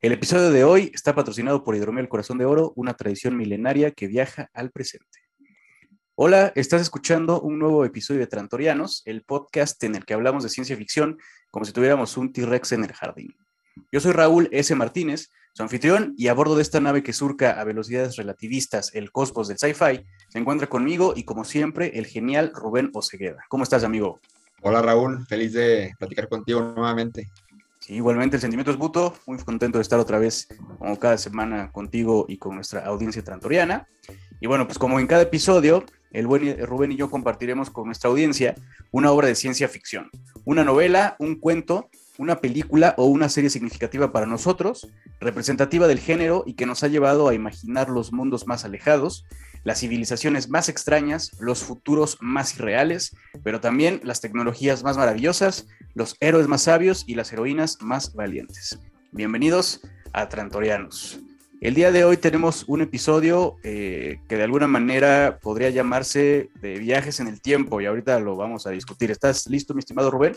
El episodio de hoy está patrocinado por Hidromiel Corazón de Oro, una tradición milenaria que viaja al presente. Hola, estás escuchando un nuevo episodio de Trantorianos, el podcast en el que hablamos de ciencia ficción como si tuviéramos un T-Rex en el jardín. Yo soy Raúl S. Martínez, su anfitrión, y a bordo de esta nave que surca a velocidades relativistas el cosmos del sci-fi, se encuentra conmigo y, como siempre, el genial Rubén Osegueda. ¿Cómo estás, amigo? Hola Raúl, feliz de platicar contigo nuevamente. Sí, igualmente el sentimiento es mutuo, muy contento de estar otra vez como cada semana contigo y con nuestra audiencia trantoriana. Y bueno, pues como en cada episodio, el buen Rubén y yo compartiremos con nuestra audiencia una obra de ciencia ficción, una novela, un cuento, una película o una serie significativa para nosotros, representativa del género y que nos ha llevado a imaginar los mundos más alejados, las civilizaciones más extrañas, los futuros más irreales, pero también las tecnologías más maravillosas, los héroes más sabios y las heroínas más valientes. Bienvenidos a Trantorianos. El día de hoy tenemos un episodio que de alguna manera podría llamarse de viajes en el tiempo y ahorita lo vamos a discutir. ¿Estás listo, mi estimado Rubén?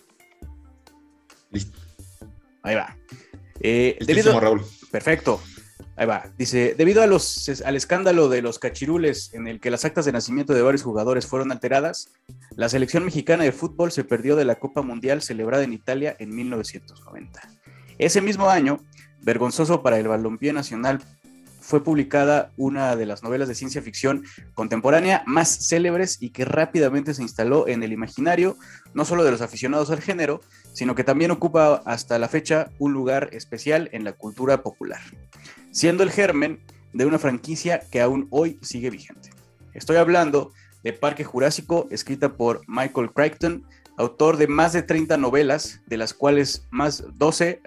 Listo. Ahí va. Listísimo, Raúl. Perfecto. Ahí va. Dice, debido al escándalo de los cachirules en el que las actas de nacimiento de varios jugadores fueron alteradas, la selección mexicana de fútbol se perdió de la Copa Mundial celebrada en Italia en 1990. Ese mismo año, vergonzoso para el balompié nacional, fue publicada una de las novelas de ciencia ficción contemporánea más célebres y que rápidamente se instaló en el imaginario, no solo de los aficionados al género, sino que también ocupa hasta la fecha un lugar especial en la cultura popular, siendo el germen de una franquicia que aún hoy sigue vigente. Estoy hablando de Parque Jurásico, escrita por Michael Crichton, autor de más de 30 novelas, de las cuales más de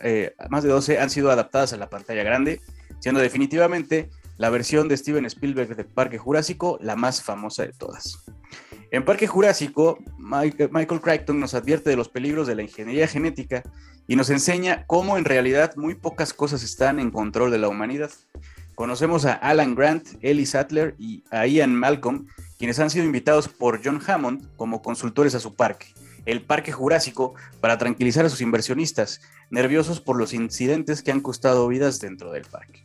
12 han sido adaptadas a la pantalla grande, siendo definitivamente la versión de Steven Spielberg de Parque Jurásico la más famosa de todas. En Parque Jurásico, Michael Crichton nos advierte de los peligros de la ingeniería genética y nos enseña cómo en realidad muy pocas cosas están en control de la humanidad. Conocemos a Alan Grant, Ellie Sattler y a Ian Malcolm, quienes han sido invitados por John Hammond como consultores a su parque, el Parque Jurásico, para tranquilizar a sus inversionistas, nerviosos por los incidentes que han costado vidas dentro del parque.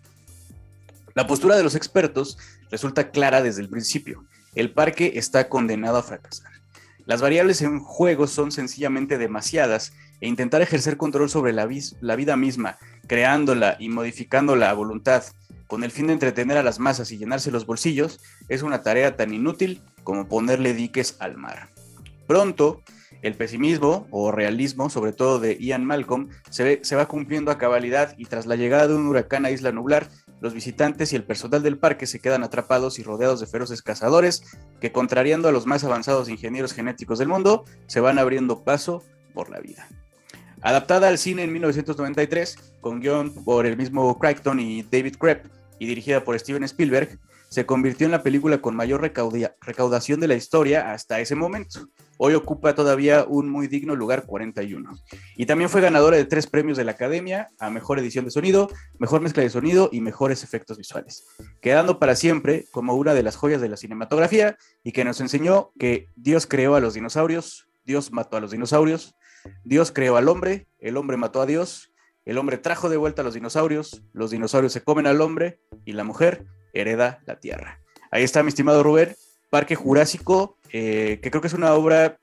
La postura de los expertos resulta clara desde el principio. El parque está condenado a fracasar. Las variables en juego son sencillamente demasiadas e intentar ejercer control sobre la vida misma, creándola y modificándola a voluntad, con el fin de entretener a las masas y llenarse los bolsillos, es una tarea tan inútil como ponerle diques al mar. Pronto, el pesimismo o realismo, sobre todo de Ian Malcolm, se va cumpliendo a cabalidad y tras la llegada de un huracán a Isla Nublar, los visitantes y el personal del parque se quedan atrapados y rodeados de feroces cazadores que, contrariando a los más avanzados ingenieros genéticos del mundo, se van abriendo paso por la vida. Adaptada al cine en 1993, con guión por el mismo Crichton y David Koepp y dirigida por Steven Spielberg, se convirtió en la película con mayor recaudación de la historia hasta ese momento. Hoy ocupa todavía un muy digno lugar 41. Y también fue ganadora de 3 premios de la Academia a Mejor Edición de Sonido, Mejor Mezcla de Sonido y Mejores Efectos Visuales, quedando para siempre como una de las joyas de la cinematografía y que nos enseñó que Dios creó a los dinosaurios, Dios mató a los dinosaurios, Dios creó al hombre, el hombre mató a Dios, el hombre trajo de vuelta a los dinosaurios se comen al hombre y la mujer hereda la tierra. Ahí está, mi estimado Rubén, Parque Jurásico, que creo que es una obra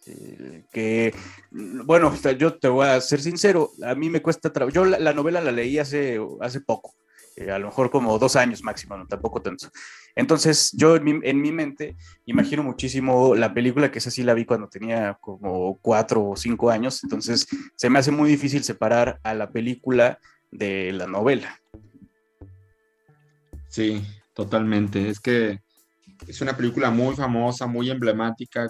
que, bueno, yo te voy a ser sincero, a mí me cuesta trabajo. Yo la novela la leí hace poco, a lo mejor como 2 años máximo, no, tampoco tanto. Entonces, yo en mi mente imagino muchísimo la película, que esa sí la vi cuando tenía como 4 o 5 años, entonces se me hace muy difícil separar a la película de la novela. Sí, totalmente. Es que es una película muy famosa, muy emblemática,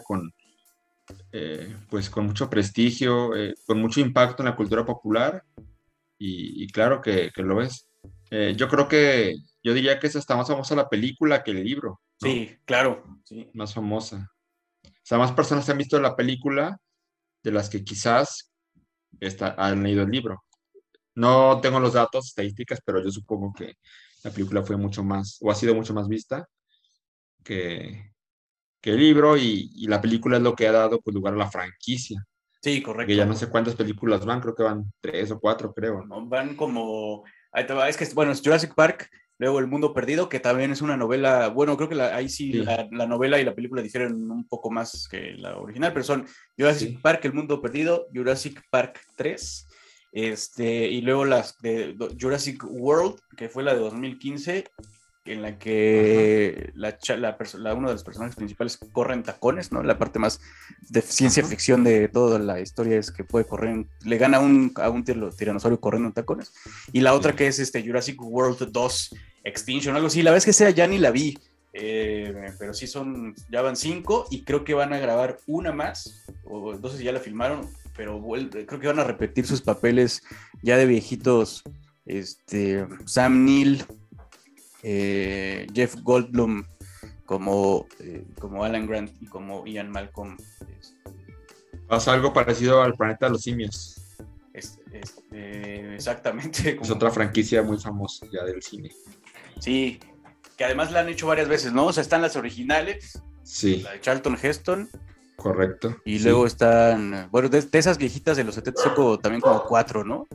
pues con mucho prestigio, con mucho impacto en la cultura popular y claro que lo es. Yo diría que es hasta más famosa la película que el libro, ¿no? Sí, claro, sí. Más famosa. O sea, más personas han visto la película de las que quizás han leído el libro. No tengo los datos, estadísticas, pero yo supongo que la película fue mucho más, o ha sido mucho más vista que, que el libro, y la película es lo que ha dado pues, lugar a la franquicia. Sí, porque ya no correcto. sé cuántas películas van, creo que van 3 o 4, creo, ¿no? ¿No? Van como, ahí te va, es que, bueno, es Jurassic Park, luego El Mundo Perdido, que también es una novela, bueno, creo que ahí sí Sí, la novela y la película difieren un poco más que la original, pero son Jurassic sí. Park, El Mundo Perdido, Jurassic Park 3, y luego las de Jurassic World, que fue la de 2015, en la Ajá. que uno de los personajes principales corre en tacones, ¿no? La parte más de ciencia Ajá. ficción de toda la historia es que puede correr, le gana a un tiranosaurio corriendo en tacones. Y la otra Sí. que es Jurassic World 2 Extinction, algo así. La vez que sea ya ni la vi, pero sí ya van 5 y creo que van a grabar una más, o no sé si ya la filmaron, pero creo que van a repetir sus papeles ya de viejitos, Sam Neill, Jeff Goldblum como Alan Grant y como Ian Malcolm. Pasa algo parecido al Planeta de los Simios. Exactamente, Es como, otra franquicia muy famosa ya del cine. sí, que además la han hecho varias veces, ¿no? O sea, están las originales, Sí, la de Charlton Heston, correcto, y luego sí. están, bueno, de esas viejitas de los 70 son también como cuatro, ¿no?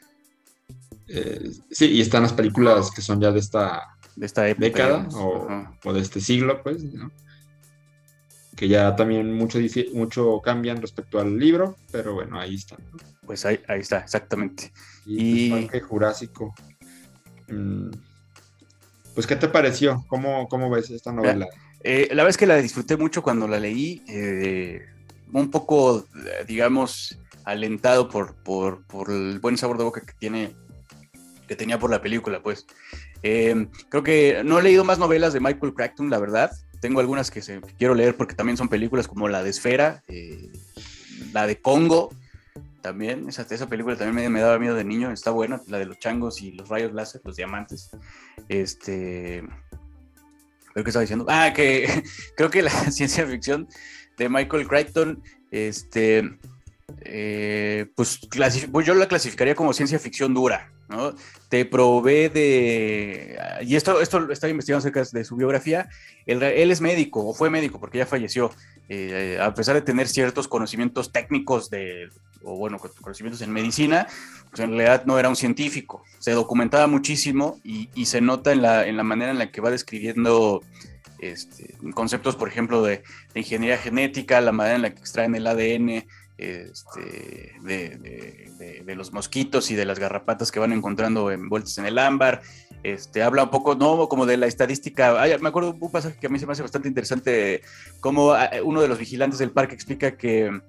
Sí, y están las películas que son ya de esta De esta época, década digamos. Ajá. o de este siglo, pues, ¿no? Que ya también mucho cambian respecto al libro, pero bueno, ahí están, ¿no? Pues ahí está, exactamente. Y pues Y Parque Jurásico. mm, pues, ¿qué te pareció? ¿Cómo ves esta mira, novela? la verdad es que la disfruté mucho cuando la leí, un poco, digamos, alentado por el buen sabor de boca que tenía por la película, pues. Creo que no he leído más novelas de Michael Crichton, la verdad. Tengo algunas que quiero leer porque también son películas como la de Esfera, la de Congo, también. Esa película también me daba miedo de niño, está buena, la de los changos y los rayos láser, los diamantes. Este, ¿Pero qué estaba diciendo? Que creo que la ciencia ficción de Michael Crichton, pues yo la clasificaría como ciencia ficción dura, ¿no? Te provee y esto estaba investigando acerca de su biografía. Él es médico, o fue médico, porque ya falleció. A pesar de tener ciertos conocimientos técnicos o bueno, conocimientos en medicina, pues en realidad no era un científico. Se documentaba muchísimo y se nota en la manera en la que va describiendo conceptos, por ejemplo, de ingeniería genética, la manera en la que extraen el ADN, de los mosquitos y de las garrapatas que van encontrando envueltas en el ámbar. Habla un poco, ¿no? Como de la estadística. Me acuerdo un pasaje que a mí se me hace bastante interesante, como uno de los vigilantes del parque explica que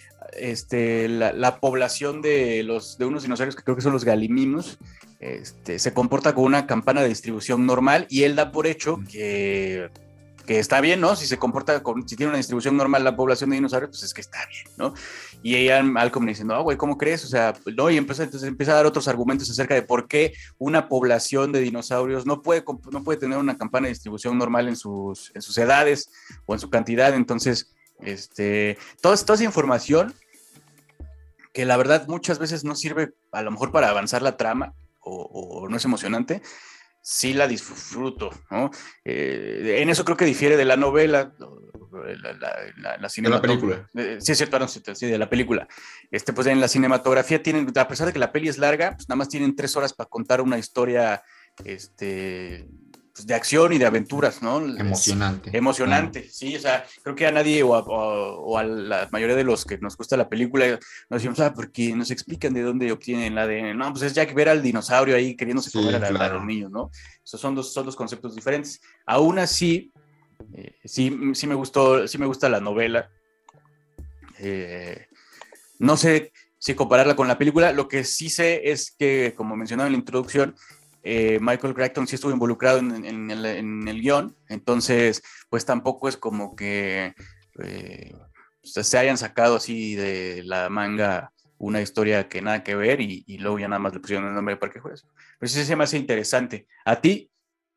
la población de unos dinosaurios que creo que son los galimimus, se comporta como una campana de distribución normal y él da por hecho que está bien, ¿no? Si se comporta si tiene una distribución normal la población de dinosaurios, pues es que está bien, ¿no? Y ella, Malcolm, le dice, no, güey, ¿cómo crees? O sea, no, y entonces empieza a dar otros argumentos acerca de por qué una población de dinosaurios no puede tener una campana de distribución normal en sus edades o en su cantidad. Entonces, toda esa información que la verdad muchas veces no sirve a lo mejor para avanzar la trama o no es emocionante, sí la disfruto, ¿no? En eso creo que difiere de la novela, la De la cinematografía. película. Sí, es cierto, no, sí, de la película. Pues en la cinematografía tienen, a pesar de que la peli es larga, pues nada más tienen 3 horas para contar una historia, pues de acción y de aventuras, ¿no? Es Emocionante, claro. emocionante, sí, o sea, creo que a nadie o a la mayoría de los que nos gusta la película nos decimos, porque nos explican de dónde obtienen el ADN. No, pues es ya que ver al dinosaurio ahí queriéndose comer Sí, a los claro. niños, ¿no? Esos son dos conceptos diferentes. Aún así, sí me gusta la novela. Eh, no sé si compararla con la película. Lo que sí sé es que, como mencionaba en la introducción, Michael Crichton sí estuvo involucrado en el guión, entonces, pues tampoco es como que se hayan sacado así de la manga una historia que nada que ver y luego ya nada más le pusieron el nombre de Parque Juárez. Pero sí se me hace interesante. ¿A ti?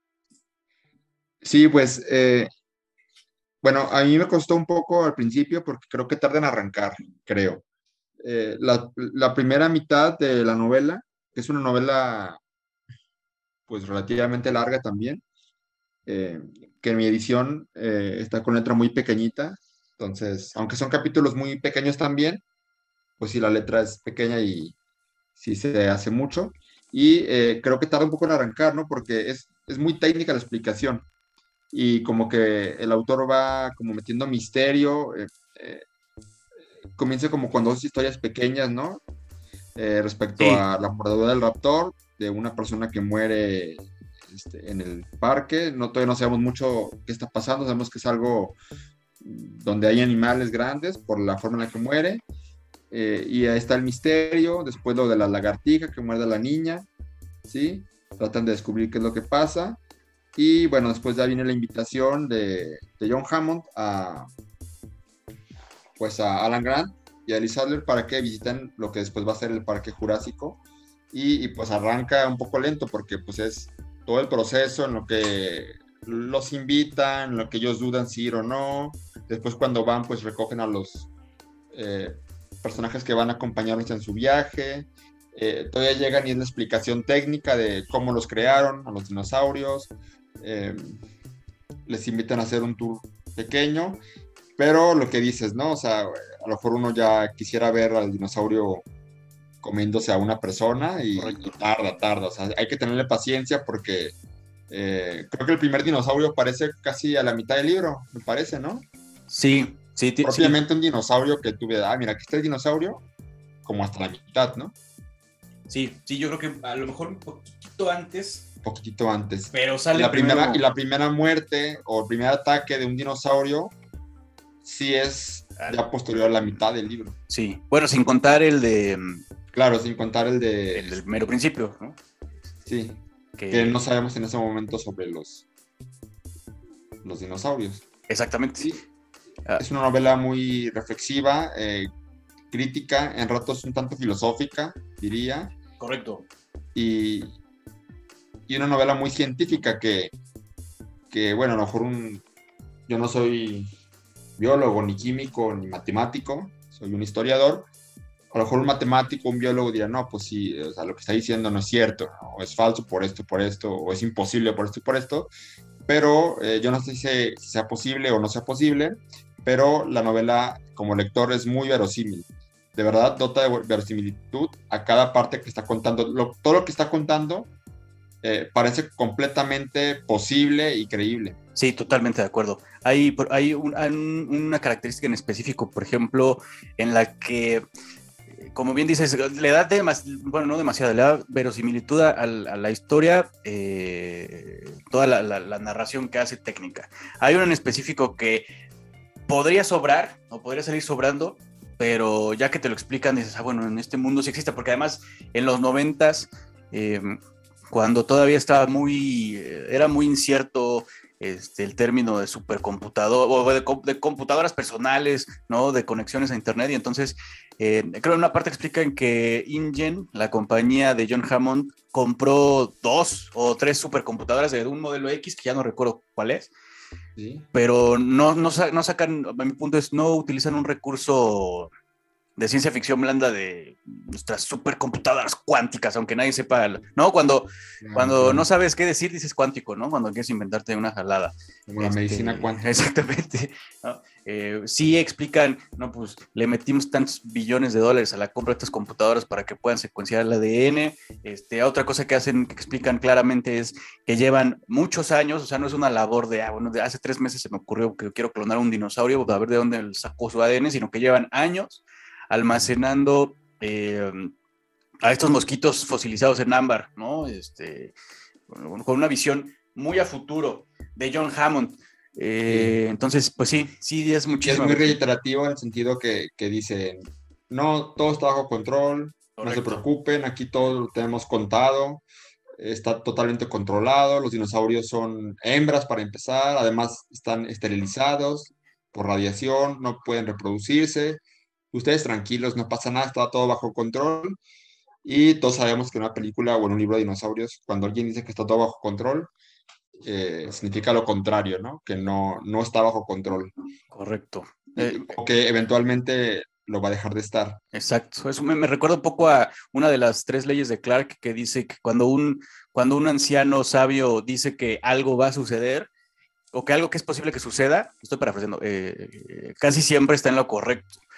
Sí, pues, bueno, a mí me costó un poco al principio porque creo que tarda en arrancar, creo. La primera mitad de la novela, que es una novela pues relativamente larga también, eh, que en mi edición está con letra muy pequeñita, entonces, aunque son capítulos muy pequeños también, pues sí, la letra es pequeña y sí se hace mucho. Y creo que tarda un poco en arrancar, ¿no? Porque es muy técnica la explicación y como que el autor va como metiendo misterio. Comienza como con dos historias pequeñas, ¿no? Respecto Sí, a la mordedura del raptor, de una persona que muere en el parque. No, todavía no sabemos mucho qué está pasando, sabemos que es algo donde hay animales grandes por la forma en la que muere. Y ahí está el misterio, después lo de la lagartija que muerde a la niña, ¿sí? Tratan de descubrir qué es lo que pasa. Y bueno, después ya viene la invitación de John Hammond pues a Alan Grant y a Ellis Sadler para que visiten lo que después va a ser el Parque Jurásico. Pues arranca un poco lento porque pues es todo el proceso en lo que los invitan, en lo que ellos dudan si ir o no. Después cuando van pues recogen a los eh, personajes que van a acompañarlos en su viaje. Todavía llegan y es la explicación técnica de cómo los crearon, a los dinosaurios. Eh, Les invitan a hacer un tour pequeño, pero lo que dices, ¿no? O sea, a lo mejor uno ya quisiera ver al dinosaurio comiéndose a una persona y correcto. tarda. O sea, hay que tenerle paciencia porque creo que el primer dinosaurio aparece casi a la mitad del libro, me parece, ¿no? Sí, sí, sí, Propiamente un dinosaurio que tuve, mira, aquí está el dinosaurio, como hasta la mitad, ¿no? sí, sí, yo creo que a lo mejor un poquito antes, Un poquitito antes. pero Y sale y primero. la primera muerte o el primer ataque de un dinosaurio sí es ya posterior a la mitad del libro. Sí, bueno, sin contar Claro, sin contar el del mero principio, ¿no? sí, que no Que sabemos en ese momento sobre los dinosaurios. exactamente. Sí, Ah, es una novela muy reflexiva, crítica, en ratos un tanto filosófica, diría, correcto. y, y una novela muy científica bueno, a lo mejor yo no soy biólogo, ni químico, ni matemático, soy un historiador. A lo mejor un matemático, un biólogo dirá, no, pues sí, o sea, lo que está diciendo no es cierto, ¿no? O es falso por esto, o es imposible por esto y por esto, pero yo no sé si sea posible o no sea posible, pero la novela como lector es muy verosímil. De verdad, dota de verosimilitud a cada parte que está contando. Todo lo que está contando parece completamente posible y creíble. Sí, totalmente de acuerdo. Hay una característica en específico, por ejemplo, en la que, como bien dices, le da bueno, no demasiado, le da verosimilitud a la historia, toda la narración que hace técnica. Hay uno en específico que podría sobrar o podría salir sobrando, pero ya que te lo explican, dices, bueno, en este mundo sí existe, porque además en los 90s, eh, cuando todavía era muy incierto el término de supercomputador o de computadoras personales, ¿no? De conexiones a internet, y entonces creo en una parte explican que InGen, la compañía de John Hammond, compró 2 o 3 supercomputadoras de un modelo X, que ya no recuerdo cuál es, ¿Sí? pero no sacan, a mi punto es, no utilizan un recurso de ciencia ficción blanda de nuestras supercomputadoras cuánticas, aunque nadie sepa, ¿no? Claro, Cuando no claro. sabes qué decir, dices cuántico, ¿no? Cuando quieres inventarte una jalada. Como la medicina cuántica. Exactamente. ¿No? Sí explican, no, pues le metimos tantos billones de dólares a la compra de estas computadoras para que puedan secuenciar el ADN. Otra cosa que hacen, que explican claramente es que llevan muchos años, o sea, no es una labor de, bueno, de hace 3 meses se me ocurrió que quiero clonar un dinosaurio, a ver de dónde sacó su ADN, sino que llevan años almacenando a estos mosquitos fosilizados en ámbar, ¿no? Con una visión muy a futuro de John Hammond. Sí. Entonces, pues sí, es Y es muchísima. muy reiterativo en el sentido que dicen, no, todo está bajo control, no se Correcto. preocupen, aquí todo lo tenemos contado, está totalmente controlado, los dinosaurios son hembras para empezar, además están esterilizados por radiación, no pueden reproducirse, ustedes tranquilos, no pasa nada, está todo bajo control. Y todos sabemos que en una película o en un libro de dinosaurios, cuando alguien dice que está todo bajo control, significa lo contrario, ¿no? Que no está bajo control. Correcto. O que eventualmente lo va a dejar de estar. Exacto. Eso me recuerda un poco a una de las 3 leyes de Clark que dice que cuando un anciano sabio dice que algo va a suceder, o que algo que es posible que suceda, estoy parafraseando, casi siempre está en lo correcto.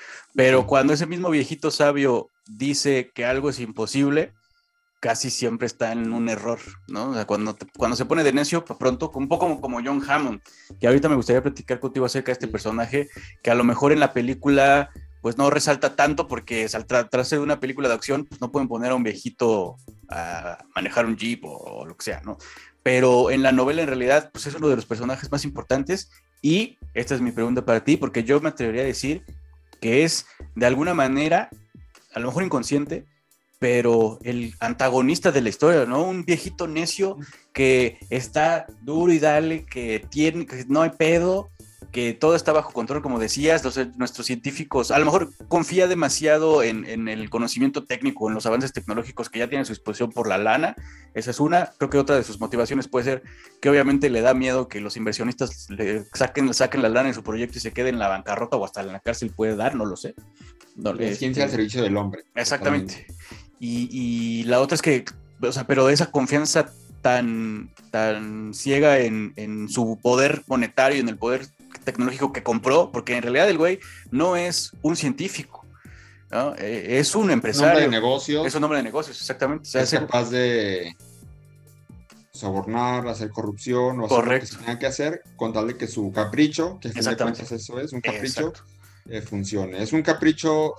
Pero Sí. cuando ese mismo viejito sabio dice que algo es imposible, casi siempre está en un error, ¿no? O sea, cuando se pone de necio, pronto, un poco como John Hammond, que ahorita me gustaría platicar contigo acerca de este personaje, que a lo mejor en la película pues no resalta tanto porque al tratarse de una película de acción, pues no pueden poner a un viejito a manejar un jeep o lo que sea, ¿no? Pero en la novela en realidad pues es uno de los personajes más importantes y esta es mi pregunta para ti, porque yo me atrevería a decir que es de alguna manera, a lo mejor inconsciente, pero el antagonista de la historia, ¿no? Un viejito necio que está duro y dale, que no hay pedo, que todo está bajo control, como decías, nuestros científicos, a lo mejor confía demasiado en el conocimiento técnico, en los avances tecnológicos que ya tiene a su disposición por la lana, esa es una. Creo que otra de sus motivaciones puede ser que obviamente le da miedo que los inversionistas le saquen la lana en su proyecto y se quede en la bancarrota o hasta en la cárcel puede dar, no lo sé. No, La ciencia al servicio del hombre. exactamente. Totalmente. Y la otra es que, o sea, pero esa confianza tan ciega en su poder monetario, en el poder tecnológico que compró, porque en realidad el güey no es un científico, ¿no? Es un Un hombre de empresario, es negocios, un hombre de negocios, exactamente. O sea, es capaz de sobornar, hacer corrupción o hacer lo que se correcto, tenga que hacer con tal de que su capricho, que a fin de exactamente, cuentas eso es, un capricho, exacto. funcione. Es un capricho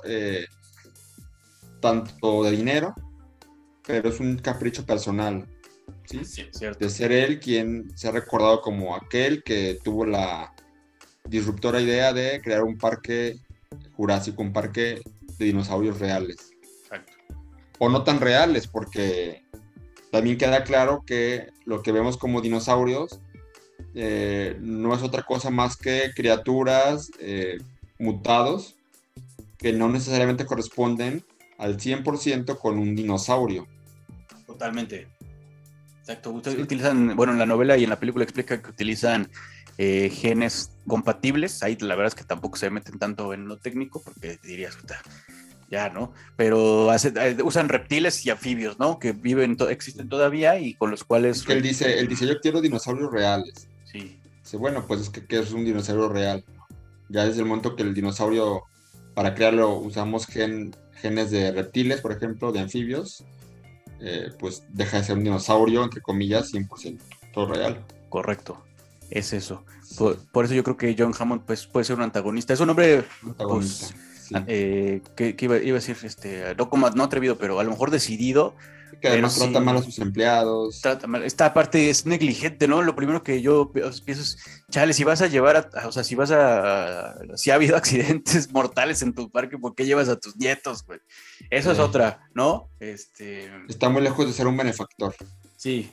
tanto de dinero, pero es un capricho personal, ¿sí? Sí, cierto. De ser él quien se ha recordado como aquel que tuvo la disruptora idea de crear un parque jurásico, un parque de dinosaurios reales. Exacto. O no tan reales, porque también queda claro que lo que vemos como dinosaurios no es otra cosa más que criaturas mutados que no necesariamente corresponden al 100% con un dinosaurio. Totalmente. Exacto. Ustedes ¿Sí? utilizan, bueno, en la novela y en la película explica que utilizan genes compatibles. Ahí la verdad es que tampoco se meten tanto en lo técnico, porque dirías, puta, ya, ¿no? Pero usan reptiles y anfibios, ¿no? Que existen todavía y con los Es cuales... que él dice, yo quiero dinosaurios reales. Sí, Dice, bueno, pues es que ¿qué es un dinosaurio real? Ya desde el momento que el dinosaurio, para crearlo, usamos genes de reptiles, por ejemplo, de anfibios, pues deja de ser un dinosaurio, entre comillas, 100% todo real. correcto. Es eso. Sí, Por eso yo creo que John Hammond pues, puede ser un antagonista. Es un hombre, protagonista, pues, sí. que iba a decir, no atrevido, pero a lo mejor decidido, Que pero además trata mal a sí sus empleados. trata mal. Esta parte es negligente, ¿no? Lo primero que yo pienso es, chale, si vas a llevar o sea, si ha habido accidentes mortales en tu parque, ¿por qué llevas a tus nietos, güey? Eso es eh, otra, ¿no? Está muy lejos de ser un benefactor. Sí,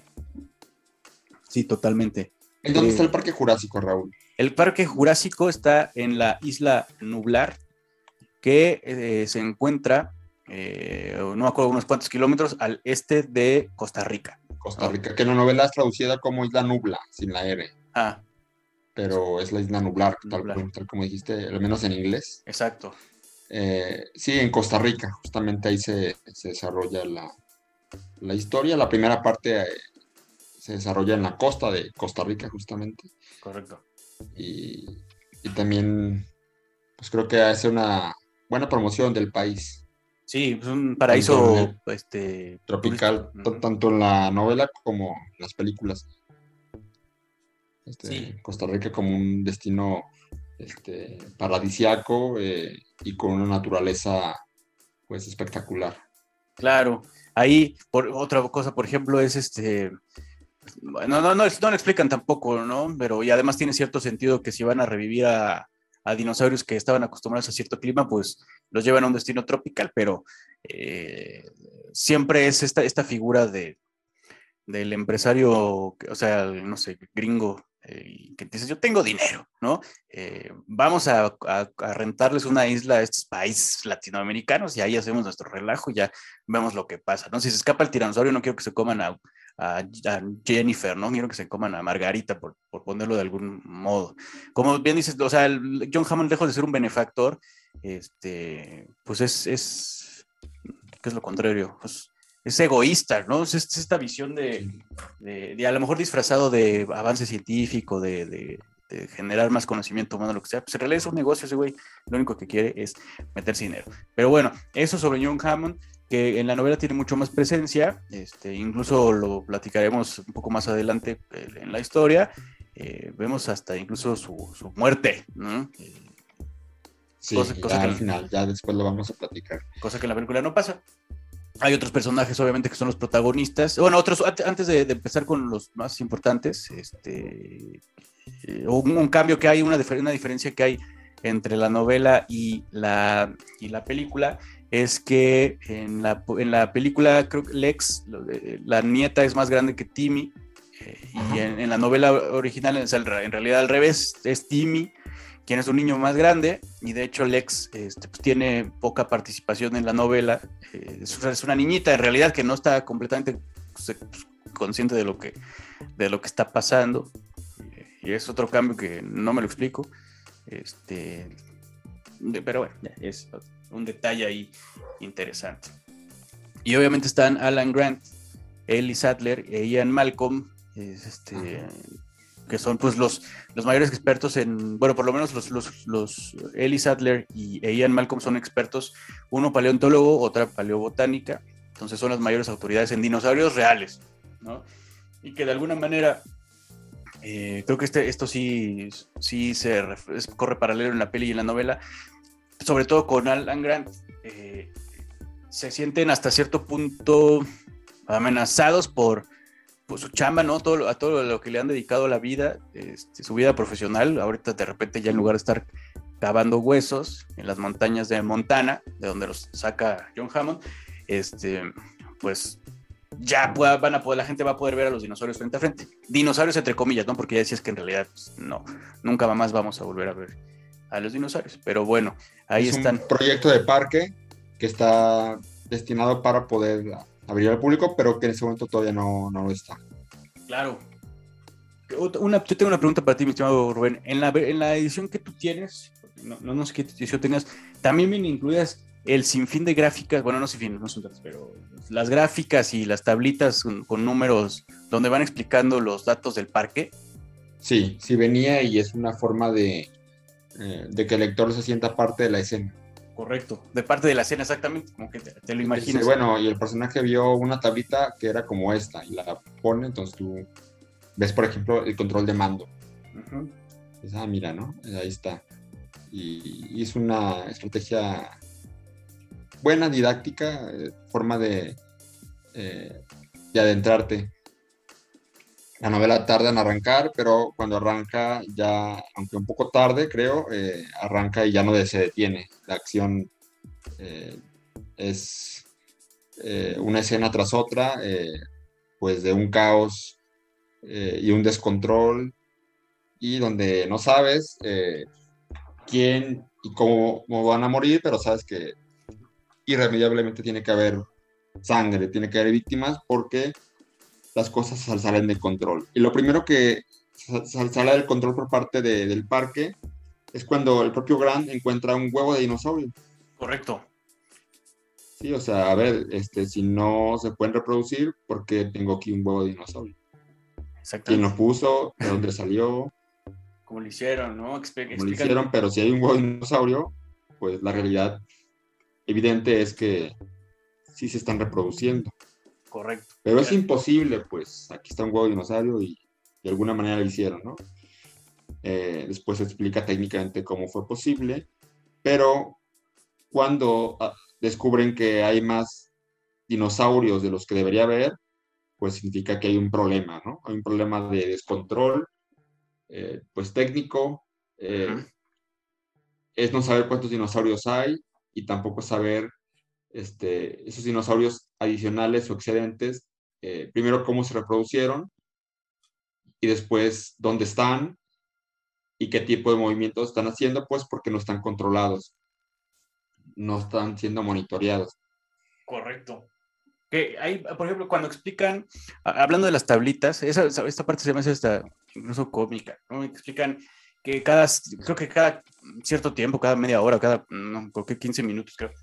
sí, totalmente. ¿En dónde está Eh, el Parque Jurásico, Raúl? el Parque Jurásico está en la isla Nublar, que se encuentra, no me acuerdo, unos cuantos kilómetros al este de Costa Rica, Costa ¿no? Rica, que en la novela es traducida como Isla Nubla, sin la R, Ah, pero es la Isla Nublar, Nublar, tal como dijiste, al menos en inglés. exacto, Sí, en Costa Rica, justamente ahí se desarrolla la historia. La primera parte se desarrolla en la costa de Costa Rica, justamente. correcto. Y, y también, pues creo que hace una buena promoción del país, Sí, es un tanto en el paraíso turístico. tropical, Uh-huh. tanto en la novela como en las películas. Sí, Costa Rica como un destino paradisiaco y con una naturaleza pues espectacular. claro. Ahí, otra cosa, por ejemplo, es no lo explican tampoco, ¿no? Pero y además tiene cierto sentido que si van a revivir a dinosaurios que estaban acostumbrados a cierto clima, pues los llevan a un destino tropical, pero eh, siempre es esta figura del empresario, o sea, no sé, gringo, que dices, yo tengo dinero, ¿no? Vamos a rentarles una isla a estos países latinoamericanos y ahí hacemos nuestro relajo y ya vemos lo que pasa, ¿no? Si se escapa el tiranosaurio, no quiero que se coman a Jennifer, ¿no? Quiero que se coman a Margarita, por ponerlo de algún modo. Como bien dices, o sea, John Hammond, lejos de ser un benefactor, pues ¿qué es lo contrario? Pues es egoísta, ¿no? Es esta visión Sí. de a lo mejor disfrazado de avance científico, de generar más conocimiento humano, lo que sea, pues en realidad es un negocio ese güey, lo único que quiere es meterse dinero. Pero bueno, eso sobre John Hammond, que en la novela tiene mucho más presencia, incluso lo platicaremos un poco más adelante en la historia, vemos hasta incluso su muerte, ¿no? Sí, cosa al final, ya después lo vamos a platicar. Cosa que en la película no pasa. Hay otros personajes, obviamente, que son los protagonistas. Bueno, otros, antes de empezar con los más importantes, un cambio que hay, una diferencia que hay entre la novela y la película, es que en la película, creo que Lex, la nieta es más grande que Timmy, y en la novela original, en realidad al revés, es Timmy quien es un niño más grande, y de hecho Lex pues tiene poca participación en la novela. Es una niñita en realidad que no está completamente consciente de lo que está pasando, y es otro cambio que no me lo explico, pero bueno, es un detalle ahí interesante. Y obviamente están Alan Grant, Ellie Sattler e Ian Malcolm, que son pues los mayores expertos en, bueno, por lo menos los Ellie Sattler e Ian Malcolm son expertos, uno paleontólogo, otra paleobotánica, entonces son las mayores autoridades en dinosaurios reales, ¿no? Y que de alguna manera, creo que esto sí corre paralelo en la peli y en la novela, sobre todo con Alan Grant, se sienten hasta cierto punto amenazados por su chamba, ¿no? A todo lo que le han dedicado la vida, su vida profesional. Ahorita de repente ya en lugar de estar cavando huesos en las montañas de Montana, de donde los saca John Hammond, pues ya la gente va a poder ver a los dinosaurios frente a frente. Dinosaurios entre comillas, ¿no? Porque ya decías que en realidad pues, no, nunca más vamos a volver a ver a los dinosaurios. Pero bueno, ahí están. Es un proyecto de parque que está destinado para poder abrir al público, pero que en ese momento todavía no lo está. Claro. Yo tengo una pregunta para ti, mi estimado Rubén. En la edición que tú tienes, no sé qué edición tenías, también vienen incluidas el sinfín de gráficas, bueno, no sinfín, no son tantas, pero las gráficas y las tablitas con números donde van explicando los datos del parque. Sí venía, y es una forma de que el lector se sienta parte de la escena. Correcto, de parte de la escena, exactamente, como que te lo imaginas. Dice, bueno, y el personaje vio una tablita que era como esta, y la pone, entonces tú ves, por ejemplo, el control de mando. Uh-huh. Dices, mira, ¿no? Ahí está. Y es una estrategia buena, didáctica, forma de adentrarte. La novela tarda en arrancar, pero cuando arranca ya, aunque un poco tarde, creo, arranca y ya no se detiene. La acción es una escena tras otra, pues de un caos y un descontrol, y donde no sabes quién y cómo van a morir, pero sabes que irremediablemente tiene que haber sangre, tiene que haber víctimas, porque las cosas salen de control. Y lo primero que sale del control por parte del parque es cuando el propio Grant encuentra un huevo de dinosaurio. Correcto. Sí, o sea, a ver, si no se pueden reproducir, ¿por qué tengo aquí un huevo de dinosaurio? ¿Quién lo puso? ¿De dónde salió? ¿Cómo lo hicieron, no? ¿Cómo lo hicieron? Pero si hay un huevo de dinosaurio, pues la realidad evidente es que sí se están reproduciendo. Correcto. Pero es imposible, pues aquí está un huevo de dinosaurio y de alguna manera lo hicieron, ¿no? Después se explica técnicamente cómo fue posible, pero cuando descubren que hay más dinosaurios de los que debería haber, pues significa que hay un problema, ¿no? Hay un problema de descontrol, pues técnico, es no saber cuántos dinosaurios hay, y tampoco saber esos dinosaurios adicionales o excedentes, primero cómo se reproducieron, y después dónde están y qué tipo de movimientos están haciendo, pues porque no están controlados, no están siendo monitoreados. Correcto. Que hay, por ejemplo, cuando explican, hablando de las tablitas, esta parte se me hace hasta incluso cómica, ¿no? Explican que creo que cada cierto tiempo, cada media hora, creo que 15 minutos, creo,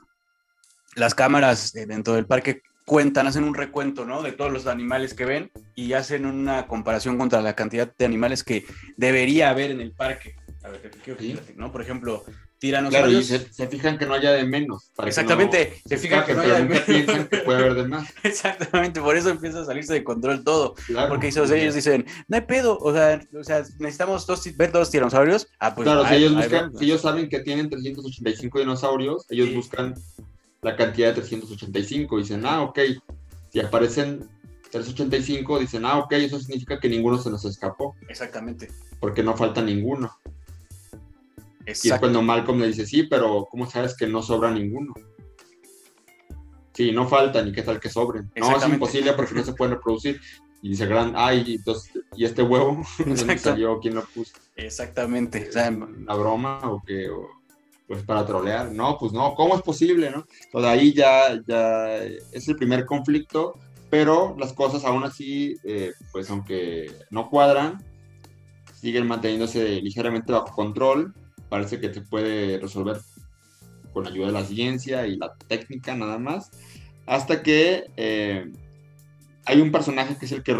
las cámaras dentro del parque hacen un recuento, ¿no? De todos los animales que ven, y hacen una comparación contra la cantidad de animales que debería haber en el parque. A ver, quiero que ¿no? Por ejemplo, Claro, y tiranosaurios. se fijan que no haya de menos, para que no Exactamente, se se fijan que escapen, no pero haya de nunca piensan menos. que puede haber de más. Exactamente, por eso empieza a salirse de control todo. Claro, Porque ellos dicen, no hay pedo, o sea necesitamos ver dos tiranosaurios. Ah, pues claro, ahí si vemos. ellos saben que tienen 385 dinosaurios, ellos Sí, buscan la cantidad de 385, dicen, ok, si aparecen 385, dicen, ok, eso significa que ninguno se nos escapó, exactamente. porque no falta ninguno. Y es Exacto. cuando Malcolm le dice, sí, pero ¿cómo sabes que no sobra ninguno? Sí, no faltan, ¿y qué tal que sobren? No, es Exactamente. imposible porque no se pueden reproducir. Y dice ¿y este huevo? ¿De dónde Exacto. salió? ¿Quién lo puso? Exactamente. O ¿Es sea, una broma o qué? Pues para trolear. No, pues no, ¿cómo es posible, no? Entonces ahí ya es el primer conflicto, pero las cosas aún así, pues aunque no cuadran, siguen manteniéndose ligeramente bajo control. Parece que se puede resolver con ayuda de la ciencia y la técnica nada más, hasta que hay un personaje que es el que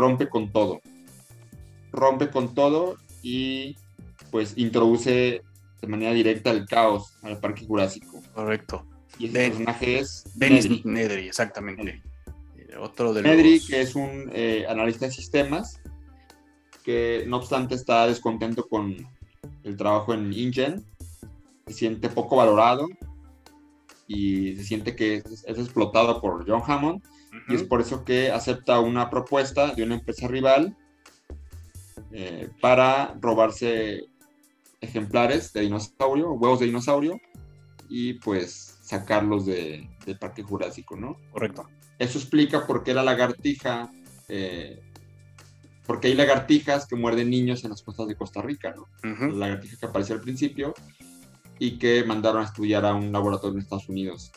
rompe con todo y pues introduce de manera directa el caos al Parque Jurásico. correcto. Y ese personaje es Dennis Nedry. Nedry, exactamente. Otro de Nedry, que es los... un analista de sistemas, que no obstante está descontento con el trabajo en InGen, se siente poco valorado y se siente que es explotado por John Hammond, y es por eso que acepta una propuesta de una empresa rival para robarse ejemplares de dinosaurio, huevos de dinosaurio, y pues sacarlos del Parque Jurásico, ¿no? Correcto. Eso explica por qué la lagartija, porque hay lagartijas que muerden niños en las costas de Costa Rica, ¿no? La lagartija que apareció al principio y que mandaron a estudiar a un laboratorio en Estados Unidos.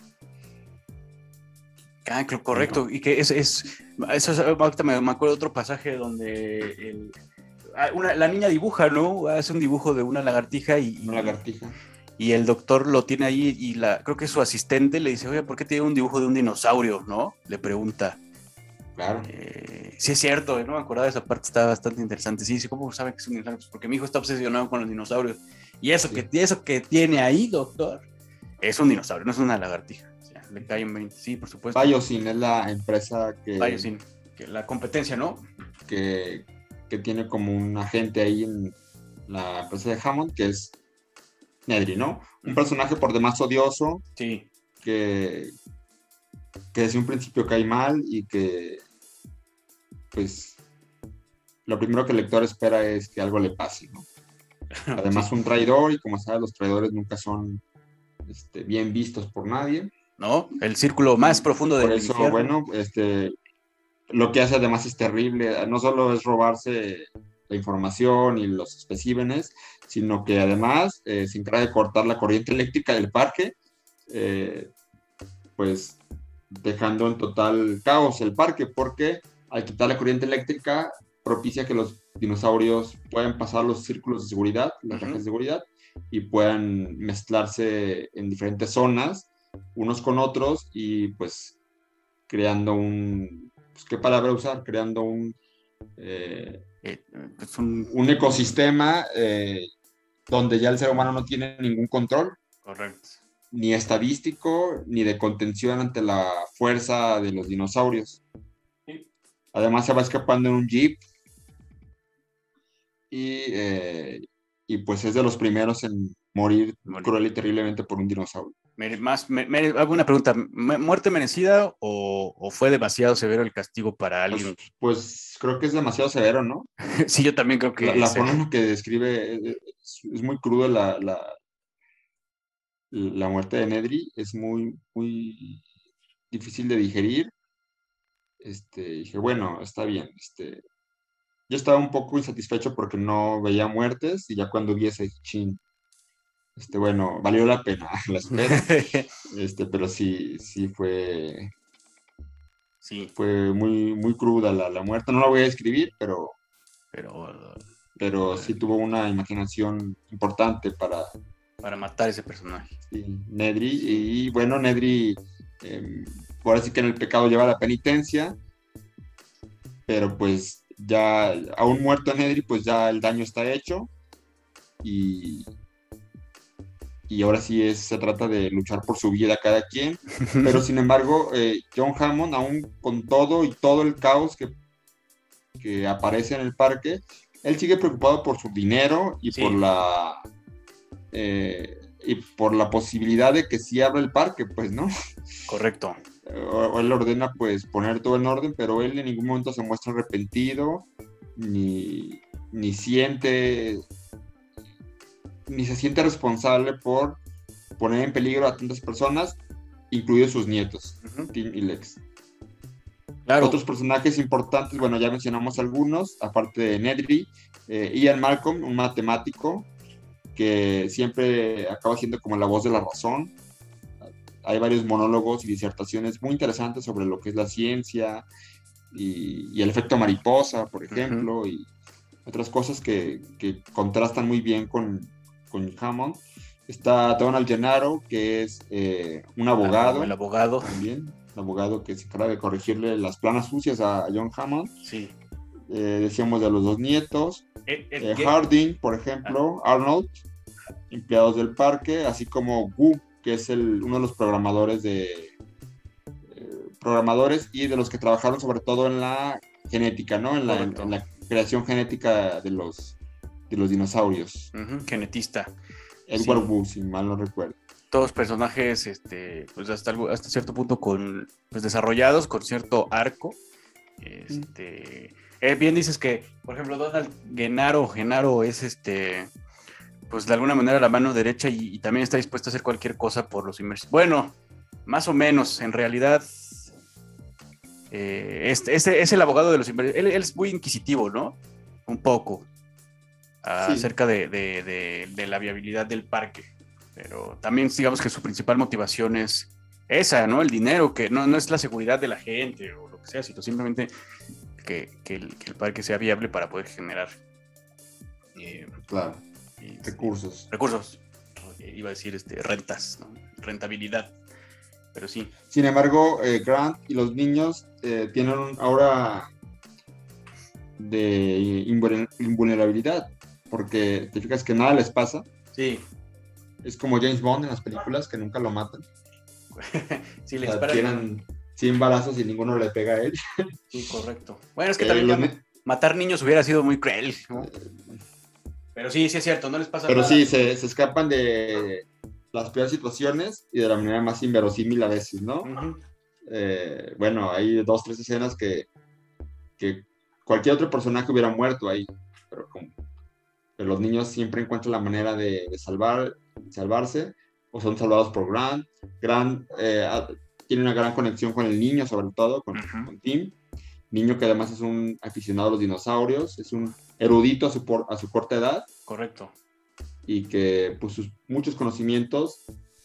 Ah, correcto. Y que eso ahorita me acuerdo de otro pasaje donde la niña dibuja, ¿no? Hace un dibujo de una lagartija Una lagartija. y el doctor lo tiene ahí y creo que su asistente le dice, oye, ¿por qué tiene un dibujo de un dinosaurio, no? Le pregunta. Claro. Sí es cierto, no me acordaba de esa parte, está bastante interesante. Sí, ¿cómo sabe que es un dinosaurio? Pues porque mi hijo está obsesionado con los dinosaurios. Y eso, sí. Eso que tiene ahí, doctor, es un dinosaurio, no es una lagartija. O sea, le caen 20, sí, por supuesto. Biosyn es la empresa Biosyn, que la competencia, ¿no? Que tiene como un agente ahí en la empresa de Hammond, que es Nedry, ¿no? Un personaje por demás odioso, sí. que desde un principio cae mal y que, pues, lo primero que el lector espera es que algo le pase, ¿no? Además, sí. Un traidor, y como sabes, los traidores nunca son bien vistos por nadie. ¿No? El círculo más profundo del infierno. Por eso, bueno, lo que hace además es terrible. No solo es robarse la información y los especímenes, sino que además se encarga de cortar la corriente eléctrica del parque, pues dejando en total caos el parque, porque al quitar la corriente eléctrica propicia que los dinosaurios puedan pasar los círculos de seguridad, las rejas de seguridad, y puedan mezclarse en diferentes zonas, unos con otros, y pues creando pues, ¿qué palabra usar? Creando un ecosistema donde ya el ser humano no tiene ningún control. Correcto. Ni estadístico, ni de contención ante la fuerza de los dinosaurios. Sí. Además se va escapando en un jeep y pues es de los primeros en morir cruel y terriblemente por un dinosaurio. Hago una pregunta, ¿muerte merecida o fue demasiado severo el castigo para alguien? Pues creo que es demasiado severo, ¿no? Sí, yo también creo que... La forma en que describe es muy cruda la muerte de Nedry, es muy, muy difícil de digerir. Dije, bueno, está bien. Yo estaba un poco insatisfecho porque no veía muertes y ya cuando vi ese chin, bueno, valió la pena la espera. Pero sí fue... Sí. Fue muy, muy cruda la muerte. No la voy a describir, pero sí tuvo una imaginación importante para matar ese personaje. Sí, Nedry. Y bueno, Nedry, ahora sí que en el pecado lleva la penitencia, pero pues ya aún muerto Nedry, pues ya el daño está hecho y, y ahora sí se trata de luchar por su vida cada quien, pero sin embargo, John Hammond, aún con todo el caos que aparece en el parque, él sigue preocupado por su dinero Sí, y por la posibilidad de que sí abra el parque, pues, ¿no? correcto. O él ordena, pues, poner todo en orden, pero él en ningún momento se muestra arrepentido, ni, ni siente, ni se siente responsable por poner en peligro a tantas personas, incluidos sus nietos, Tim y Lex. Claro. Otros personajes importantes, bueno, ya mencionamos algunos, aparte de Nedry, Ian Malcolm, un matemático que siempre acaba siendo como la voz de la razón. Hay varios monólogos y disertaciones muy interesantes sobre lo que es la ciencia y el efecto mariposa, por ejemplo, y otras cosas que contrastan muy bien con Hammond. Está Donald Gennaro, que es un abogado, El abogado. también, un abogado que se encarga de corregirle las planas sucias a John Hammond. Sí. Decíamos de los dos nietos. ¿El qué? Harding, por ejemplo, Arnold, empleados del parque, así como Wu, que es uno de los programadores y de los que trabajaron sobre todo en la genética, ¿no? En la creación genética de los dinosaurios. Genetista. Edward Wu, si mal no recuerdo. Todos personajes, pues hasta cierto punto pues desarrollados, con cierto arco. Bien dices que, por ejemplo, Donald Genaro es pues de alguna manera la mano derecha y también está dispuesto a hacer cualquier cosa por los inmersos. Bueno, más o menos, en realidad es el abogado de los inmersos. Él es muy inquisitivo, ¿no? Un poco acerca de la viabilidad del parque, pero también digamos que su principal motivación es esa, ¿no? El dinero, que no es la seguridad de la gente o lo que sea, sino simplemente que el parque sea viable para poder generar claro, recursos. Iba a decir rentas, ¿no? Rentabilidad, pero sí. Sin embargo, Grant y los niños tienen ahora de invulnerabilidad, porque te fijas que nada les pasa. Sí. Es como James Bond en las películas, que nunca lo matan. Sí, o sea, tienen 100 balazos y ninguno le pega a él. Sí, correcto. Bueno, es que también matar niños hubiera sido muy cruel, ¿no? Pero sí es cierto, no les pasa nada. Pero sí, se escapan de las peores situaciones y de la manera más inverosímil a veces, ¿no? Bueno, hay 2, 3 escenas que cualquier otro personaje hubiera muerto ahí, pero los niños siempre encuentran la manera de salvarse, o son salvados por Grant. Grant tiene una gran conexión con el niño, sobre todo, con Tim. Niño que además es un aficionado a los dinosaurios, es un erudito a su corta edad. Correcto. Y que pues sus muchos conocimientos,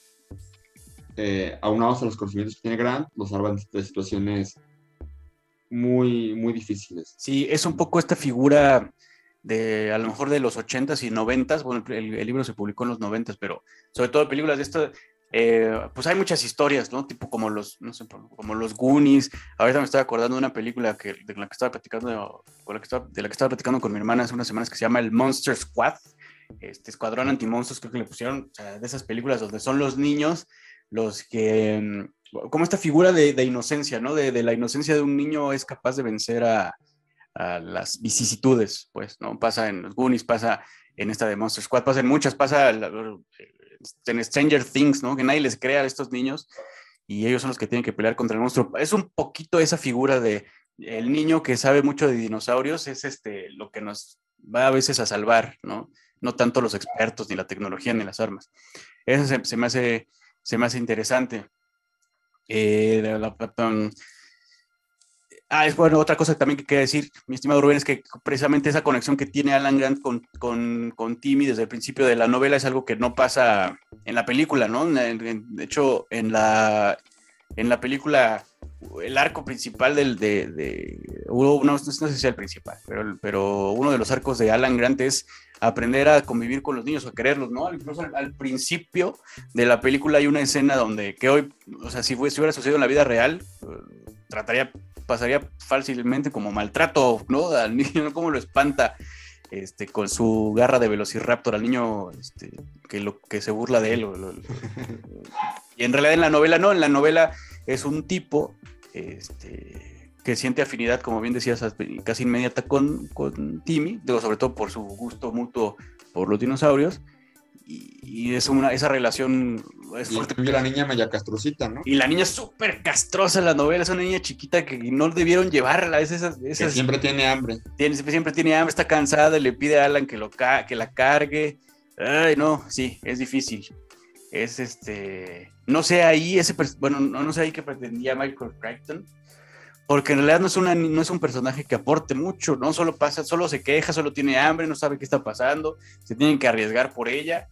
aunados a los conocimientos que tiene Grant, los salvan de situaciones muy, muy difíciles. Sí, es un poco esta figura a lo mejor de los 80s y 90s. Bueno, el libro se publicó en los 90s, pero sobre todo películas de esto, pues hay muchas historias, ¿no? Tipo como los Goonies. Ahorita me estoy acordando de una película de la que estaba platicando con mi hermana hace unas semanas, que se llama el Monster Squad, Escuadrón Antimonstruos, creo que le pusieron, o sea, de esas películas donde son los niños los que, como esta figura de inocencia, ¿no? De la inocencia de un niño es capaz de vencer a las vicisitudes, pues, ¿no? Pasa en los Goonies, pasa en esta de Monster Squad, pasa en muchas, pasa en Stranger Things, ¿no? Que nadie les crea a estos niños y ellos son los que tienen que pelear contra el monstruo. Es un poquito esa figura de el niño que sabe mucho de dinosaurios, es lo que nos va a veces a salvar, ¿no? No tanto los expertos, ni la tecnología, ni las armas. Eso se me hace interesante. Es bueno, otra cosa también que quería decir, mi estimado Rubén, es que precisamente esa conexión que tiene Alan Grant con Timmy desde el principio de la novela es algo que no pasa en la película, ¿no? De hecho, en la película, el arco principal no sé si sea el principal, pero uno de los arcos de Alan Grant es aprender a convivir con los niños, a quererlos, ¿no? Incluso al principio de la película hay una escena donde, que hoy, o sea, si hubiera sucedido en la vida real, trataría pasaría fácilmente como maltrato, ¿no? Al niño, ¿no? Cómo lo espanta con su garra de Velociraptor al niño que se burla de él. Y en realidad en la novela no, en la novela es un tipo que siente afinidad, como bien decías, casi inmediata con Timmy, digo, sobre todo por su gusto mutuo por los dinosaurios, y esa relación es Y fuerte. la niña media castrocita, ¿no? Y la niña es súper castrosa en la novela, es una niña chiquita que no debieron llevarla, Que siempre tiene hambre. Siempre tiene hambre, está cansada, le pide a Alan que la cargue. Ay, no, sí, es difícil. Es no sé ahí no sé ahí qué pretendía Michael Crichton, porque en realidad no es un personaje que aporte mucho, ¿no? Solo se queja, solo tiene hambre, no sabe qué está pasando, se tienen que arriesgar por ella.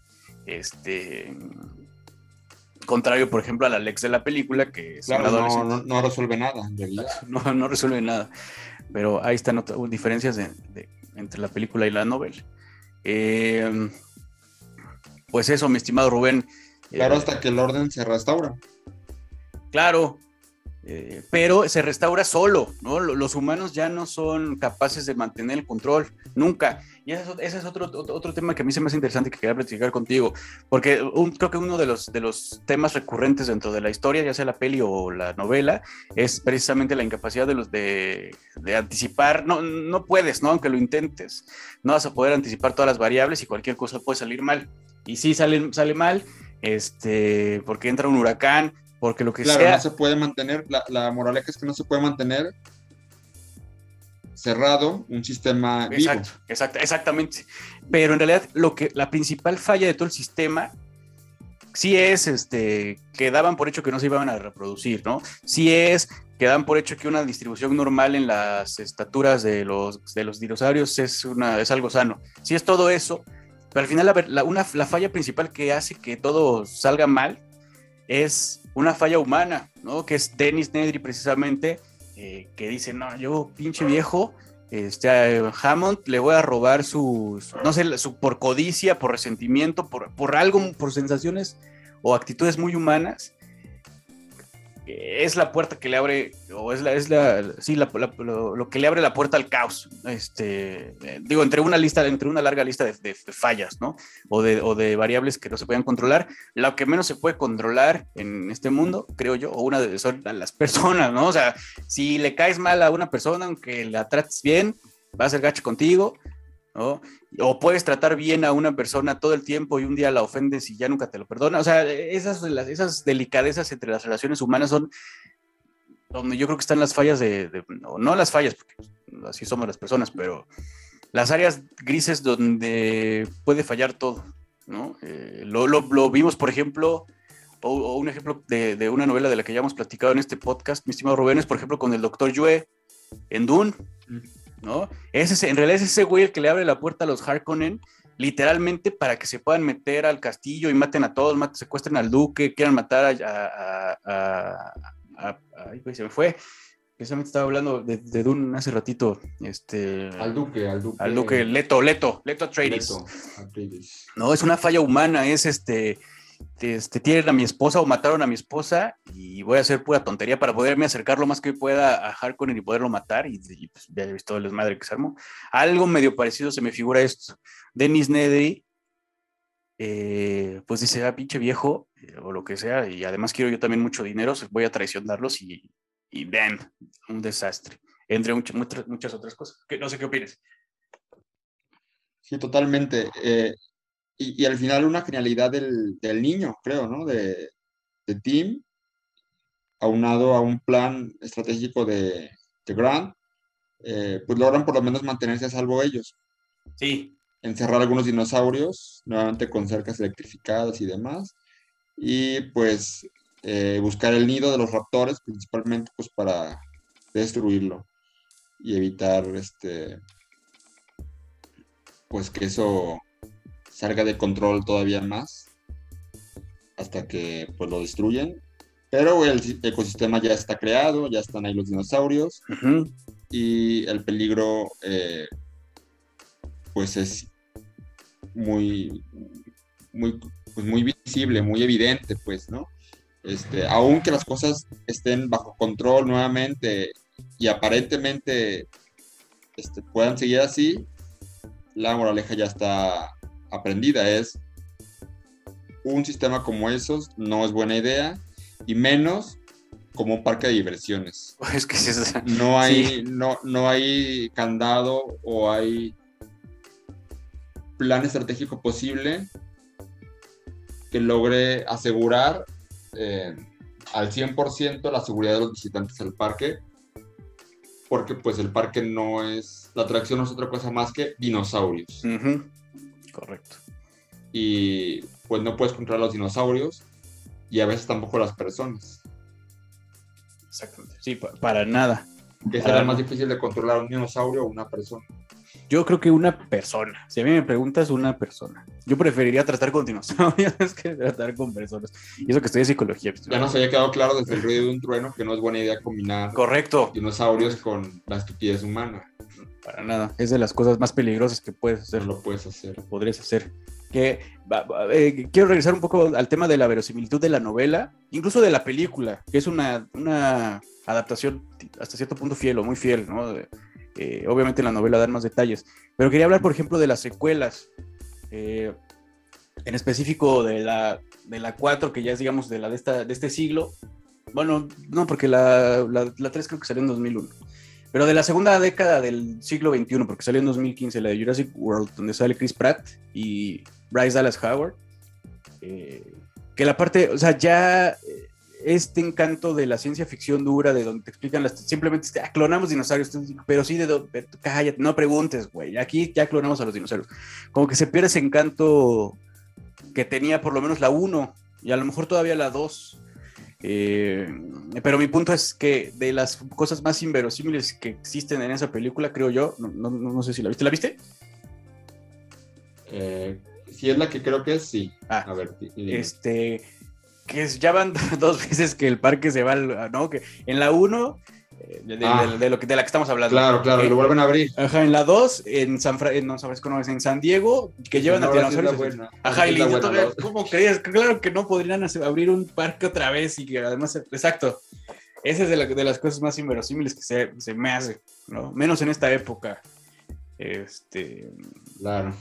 Contrario, por ejemplo, al Alex de la película, que es claro, un adolescente. No resuelve nada, en realidad. No resuelve nada. Pero ahí están diferencias entre la película y la novela. Pues eso, mi estimado Rubén. Claro, hasta que el orden se restaura. Claro, pero se restaura solo, ¿no? Los humanos ya no son capaces de mantener el control, nunca. Y ese es otro tema que a mí se me hace interesante que quería platicar contigo, porque creo que uno de los temas recurrentes dentro de la historia, ya sea la peli o la novela, es precisamente la incapacidad de anticipar. No puedes, ¿no? Aunque lo intentes, no vas a poder anticipar todas las variables y cualquier cosa puede salir mal. Y sí, sale mal, porque entra un huracán, porque lo que claro, sea. No se puede mantener, la moraleja es que no se puede mantener cerrado un sistema vivo. Exactamente. Pero en realidad la principal falla de todo el sistema sí es que daban por hecho que no se iban a reproducir, ¿no? Sí es que dan por hecho que una distribución normal en las estaturas de los dinosaurios es algo sano. Sí es todo eso, pero al final la falla principal que hace que todo salga mal es una falla humana, ¿no? Que es Dennis Nedry precisamente, que dice, no, yo pinche viejo, a Hammond le voy a robar no sé, por codicia, por resentimiento, por algo, por sensaciones o actitudes muy humanas, es la puerta que le abre, o lo que le abre la puerta al caos. Digo, entre una larga lista de fallas, ¿no? O de variables que no se pueden controlar. Lo que menos se puede controlar en este mundo, creo yo, son las personas, ¿no? O sea, si le caes mal a una persona, aunque la trates bien, va a ser gacho contigo, ¿no? O puedes tratar bien a una persona todo el tiempo y un día la ofendes y ya nunca te lo perdona. O sea, esas delicadezas entre las relaciones humanas son donde yo creo que están las fallas no las fallas, porque así somos las personas, pero las áreas grises donde puede fallar todo, ¿no? Lo vimos, por ejemplo, o un ejemplo de una novela de la que ya hemos platicado en este podcast, mi estimado Rubén, es por ejemplo con el Dr. Yue en Dune, ¿no? En realidad es ese güey el que le abre la puerta a los Harkonnen, literalmente para que se puedan meter al castillo y maten a todos, secuestren al duque, quieran matar ay, se me fue. Precisamente estaba hablando de Dune hace ratito. Al duque. Leto Atreides. No, es una falla humana, tienen a mi esposa o mataron a mi esposa y voy a hacer pura tontería para poderme acercar lo más que pueda a Harkonnen y poderlo matar y pues ya he visto el desmadre que se armó. Algo medio parecido se me figura esto. Dennis Nedry pues dice, pinche viejo, o lo que sea, y además quiero yo también mucho dinero, voy a traicionarlos y ¡bam! Un desastre. Entre muchas otras cosas. No sé qué opinas. Sí, totalmente. Y al final una genialidad del niño, creo, ¿no? De Tim, aunado a un plan estratégico de Grant, pues logran por lo menos mantenerse a salvo ellos. Sí. Encerrar algunos dinosaurios, nuevamente con cercas electrificadas y demás, y pues buscar el nido de los raptores, principalmente pues para destruirlo y evitar pues que eso salga de control todavía más hasta que pues lo destruyen. Pero el ecosistema ya está creado, ya están ahí los dinosaurios, y el peligro pues es muy visible, muy evidente, pues, ¿no? Aunque las cosas estén bajo control nuevamente, y aparentemente puedan seguir así, la moraleja ya está aprendida. Un sistema como esos no es buena idea, y menos como un parque de diversiones. Es que sí, No sí. hay, no hay candado o hay plan estratégico posible que logre asegurar al 100% la seguridad de los visitantes al parque, porque pues el parque no es, la atracción no es otra cosa más que dinosaurios. Uh-huh. Correcto. Y pues no puedes controlar los dinosaurios y a veces tampoco las personas. Exactamente. Sí, para nada. ¿Qué será más difícil de controlar, un dinosaurio o una persona? Yo creo que una persona. Si a mí me preguntas, una persona. Yo preferiría tratar con dinosaurios que tratar con personas. Y eso que estoy en psicología. Ya nos había quedado claro desde el ruido de un trueno que no es buena idea combinar correcto dinosaurios con la estupidez humana. Para nada. Es de las cosas más peligrosas que puedes hacer. No lo puedes hacer. Que podrías hacer. Quiero regresar un poco al tema de la verosimilitud de la novela, incluso de la película, que es una adaptación hasta cierto punto fiel o muy fiel, ¿no? Obviamente en la novela dan más detalles, pero quería hablar, por ejemplo, de las secuelas, en específico de la 4, que ya es, digamos, de este siglo. Bueno, no, porque la 3 creo que salió en 2001. Pero de la segunda década del siglo XXI, porque salió en 2015, la de Jurassic World, donde sale Chris Pratt y Bryce Dallas Howard, que la parte, o sea, ya este encanto de la ciencia ficción dura, de donde te explican simplemente clonamos dinosaurios, pero sí, cállate, no preguntes, güey, aquí ya clonamos a los dinosaurios. Como que se pierde ese encanto que tenía por lo menos la 1, y a lo mejor todavía la 2. Pero mi punto es que de las cosas más inverosímiles que existen en esa película, creo yo, no sé si la viste. ¿La viste? Si es la que creo que es, sí. A ver, que ya van 2 veces que el parque se va, ¿no? Que en la 1, de la que estamos hablando. Claro, lo vuelven a abrir. Ajá, en la 2, en San Francisco, no, es en San Diego, que llevan a dinosaurios. Ajá, y ¿cómo creías? Claro que no podrían abrir un parque otra vez y que además, exacto. Esa es de las cosas más inverosímiles que se me hace, ¿no? Menos en esta época. Claro.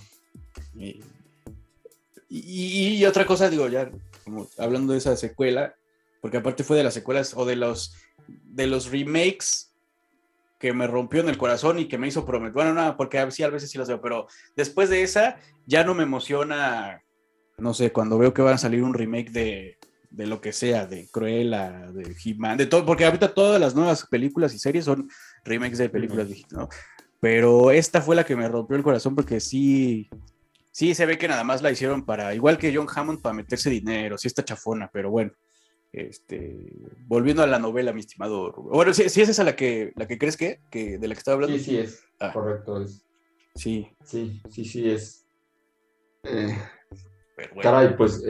Y otra cosa, digo, ya como hablando de esa secuela, porque aparte fue de las secuelas o de los remakes que me rompió en el corazón y que me hizo prometer. Bueno, no, porque sí, a veces sí las veo, pero después de esa ya no me emociona, no sé, cuando veo que van a salir un remake de lo que sea, de Cruella, de He-Man, de todo, porque ahorita todas las nuevas películas y series son remakes de películas viejitas, ¿no? Pero esta fue la que me rompió el corazón porque sí se ve que nada más la hicieron para, igual que John Hammond, para meterse dinero, sí está chafona, pero bueno. Volviendo a la novela, mi estimado. Bueno, ¿sí es esa la que crees que de la que estaba hablando? Sí es. Correcto es. Sí. Sí es. Pero bueno. Caray, pues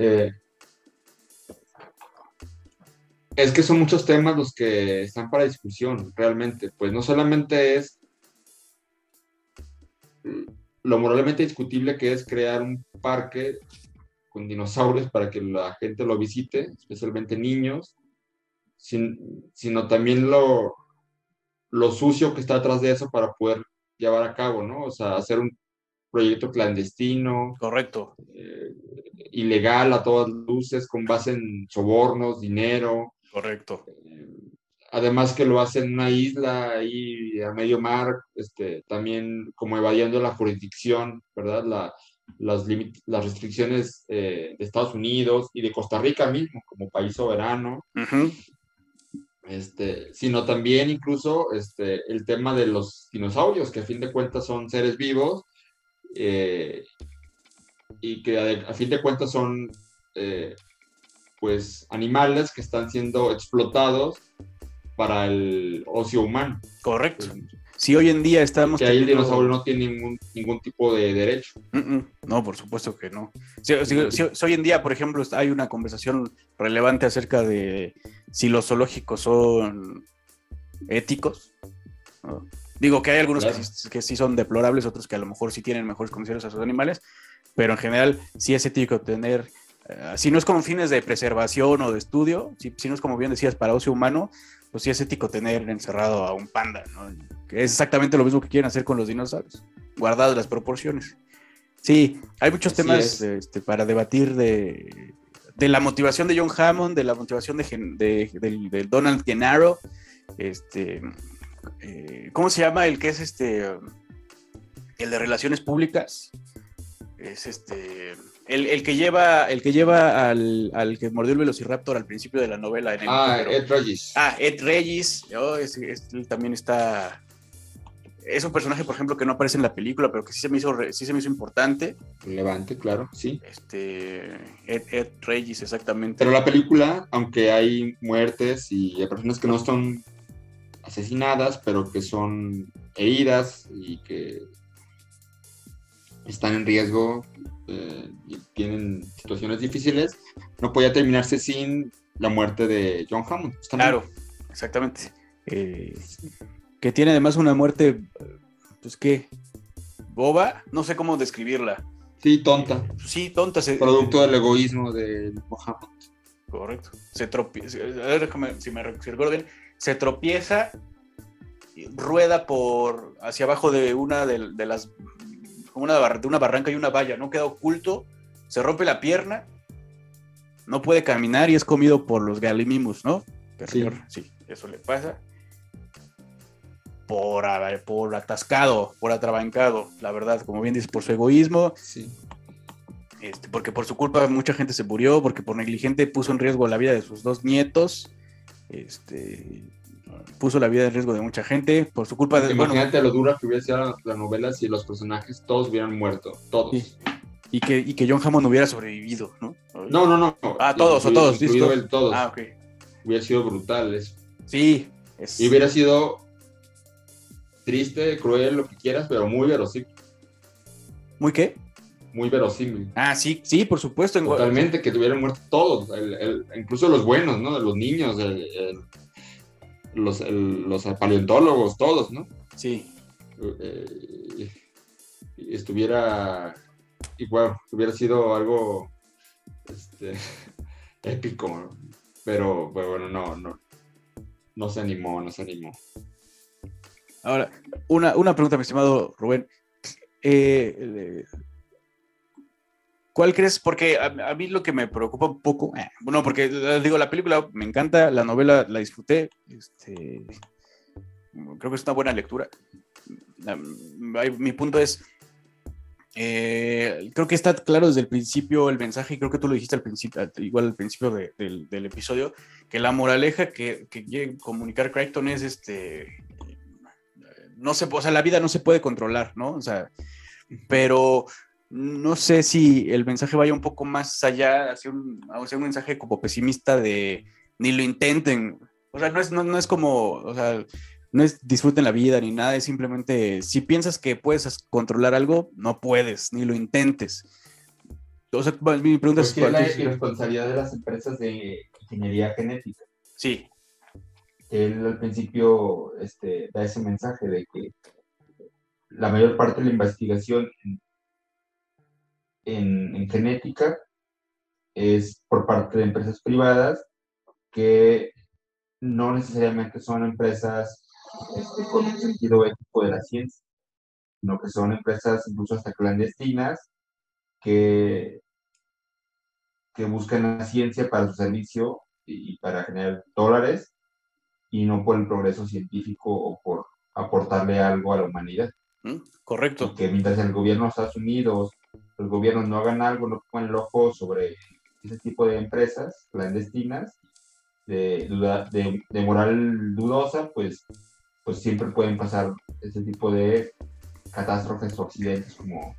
es que son muchos temas los que están para discusión, realmente. Pues no solamente es lo moralmente discutible que es crear un parque con dinosaurios para que la gente lo visite, especialmente niños, sino también lo sucio que está detrás de eso para poder llevar a cabo, ¿no? O sea, hacer un proyecto clandestino. Correcto. Ilegal a todas luces, con base en sobornos, dinero. Correcto. Además que lo hace en una isla ahí a medio mar, también como evadiendo la jurisdicción, ¿verdad? Las restricciones de Estados Unidos y de Costa Rica mismo, como país soberano. Uh-huh. Sino también incluso el tema de los dinosaurios, que a fin de cuentas son seres vivos, y que a fin de cuentas son pues animales que están siendo explotados para el ocio humano. Correcto. Si hoy en día estamos que ahí el dinosaurio no tiene ningún tipo de derecho. No, por supuesto que no. Si hoy en día, por ejemplo, hay una conversación relevante acerca de si los zoológicos son éticos, ¿no? Digo que hay algunos que sí son deplorables, otros que a lo mejor sí tienen mejores condiciones a sus animales, pero en general sí es ético tener, si no es con fines de preservación o de estudio, si no es como bien decías, para ocio humano, pues sí es ético tener encerrado a un panda, ¿no? Que es exactamente lo mismo que quieren hacer con los dinosaurios, guardadas las proporciones. Sí, hay muchos Así temas es. para debatir de la motivación de John Hammond, de la motivación del Donald Gennaro, ¿cómo se llama el que es el de relaciones públicas? Es el que lleva al que mordió el velociraptor al principio de la novela en helicóptero. Ed Regis. Ed Regis, él también está. Es un personaje, por ejemplo, que no aparece en la película, pero que sí se me hizo importante. Relevante, claro, sí. Ed Regis, exactamente. Pero la película, aunque hay muertes y hay personas que no son asesinadas, pero que son heridas y que están en riesgo y tienen situaciones difíciles, no podía terminarse sin la muerte de John Hammond. Claro, exactamente. Que tiene además una muerte, pues qué, boba, no sé cómo describirla. Sí, tonta. Sí, tonta. Producto del egoísmo de Hammond. Correcto. Se tropieza, a ver, si recuerdo bien, se tropieza, rueda hacia abajo de una de las, de una barranca y una valla, no queda oculto, se rompe la pierna, no puede caminar y es comido por los Gallimimus, ¿no? Sí, eso le pasa. Por atascado, por atrabancado, la verdad, como bien dices, por su egoísmo, sí. Porque por su culpa mucha gente se murió, porque por negligente puso en riesgo la vida de sus 2 nietos, puso la vida en riesgo de mucha gente, por su culpa. Imagínate lo dura que hubiera sido la novela si los personajes todos hubieran muerto, todos. Sí. Y que John Hammond hubiera sobrevivido, ¿no? No. Todos. Incluido él, todos. Ok. Hubiera sido brutal eso. Sí. Y hubiera sido triste, cruel, lo que quieras, pero muy verosímil. ¿Muy qué? Muy verosímil. Sí, por supuesto. Totalmente, que hubieran muerto todos, incluso los buenos, ¿no? Los niños, los paleontólogos, todos, ¿no? Sí. Estuviera, y bueno, hubiera sido algo épico, pero bueno, no se animó. Ahora, una pregunta, mi estimado Rubén. ¿Cuál crees? Porque a mí lo que me preocupa un poco, bueno, porque digo, la película me encanta, la novela la disfruté, creo que es una buena lectura. Mi punto es, creo que está claro desde el principio el mensaje, y creo que tú lo dijiste al principio, igual al principio del episodio, que la moraleja que quiere comunicar Crichton es no se, o sea, la vida no se puede controlar, ¿no? O sea, pero no sé si el mensaje vaya un poco más allá, hacia un mensaje como pesimista de ni lo intenten. O sea, no es como, o sea, no es disfruten la vida ni nada, es simplemente, si piensas que puedes controlar algo, no puedes, ni lo intentes. O sea, mi pregunta es la irresponsabilidad de las empresas de ingeniería genética. Sí. Él al principio da ese mensaje de que la mayor parte de la investigación en genética es por parte de empresas privadas que no necesariamente son empresas con un sentido ético de la ciencia, sino que son empresas incluso hasta clandestinas que buscan la ciencia para su servicio y para generar dólares y no por el progreso científico o por aportarle algo a la humanidad. Correcto. Y que mientras el gobierno de Estados Unidos, los gobiernos no hagan algo, no pongan el ojo sobre ese tipo de empresas clandestinas, de moral dudosa, pues siempre pueden pasar ese tipo de catástrofes o accidentes como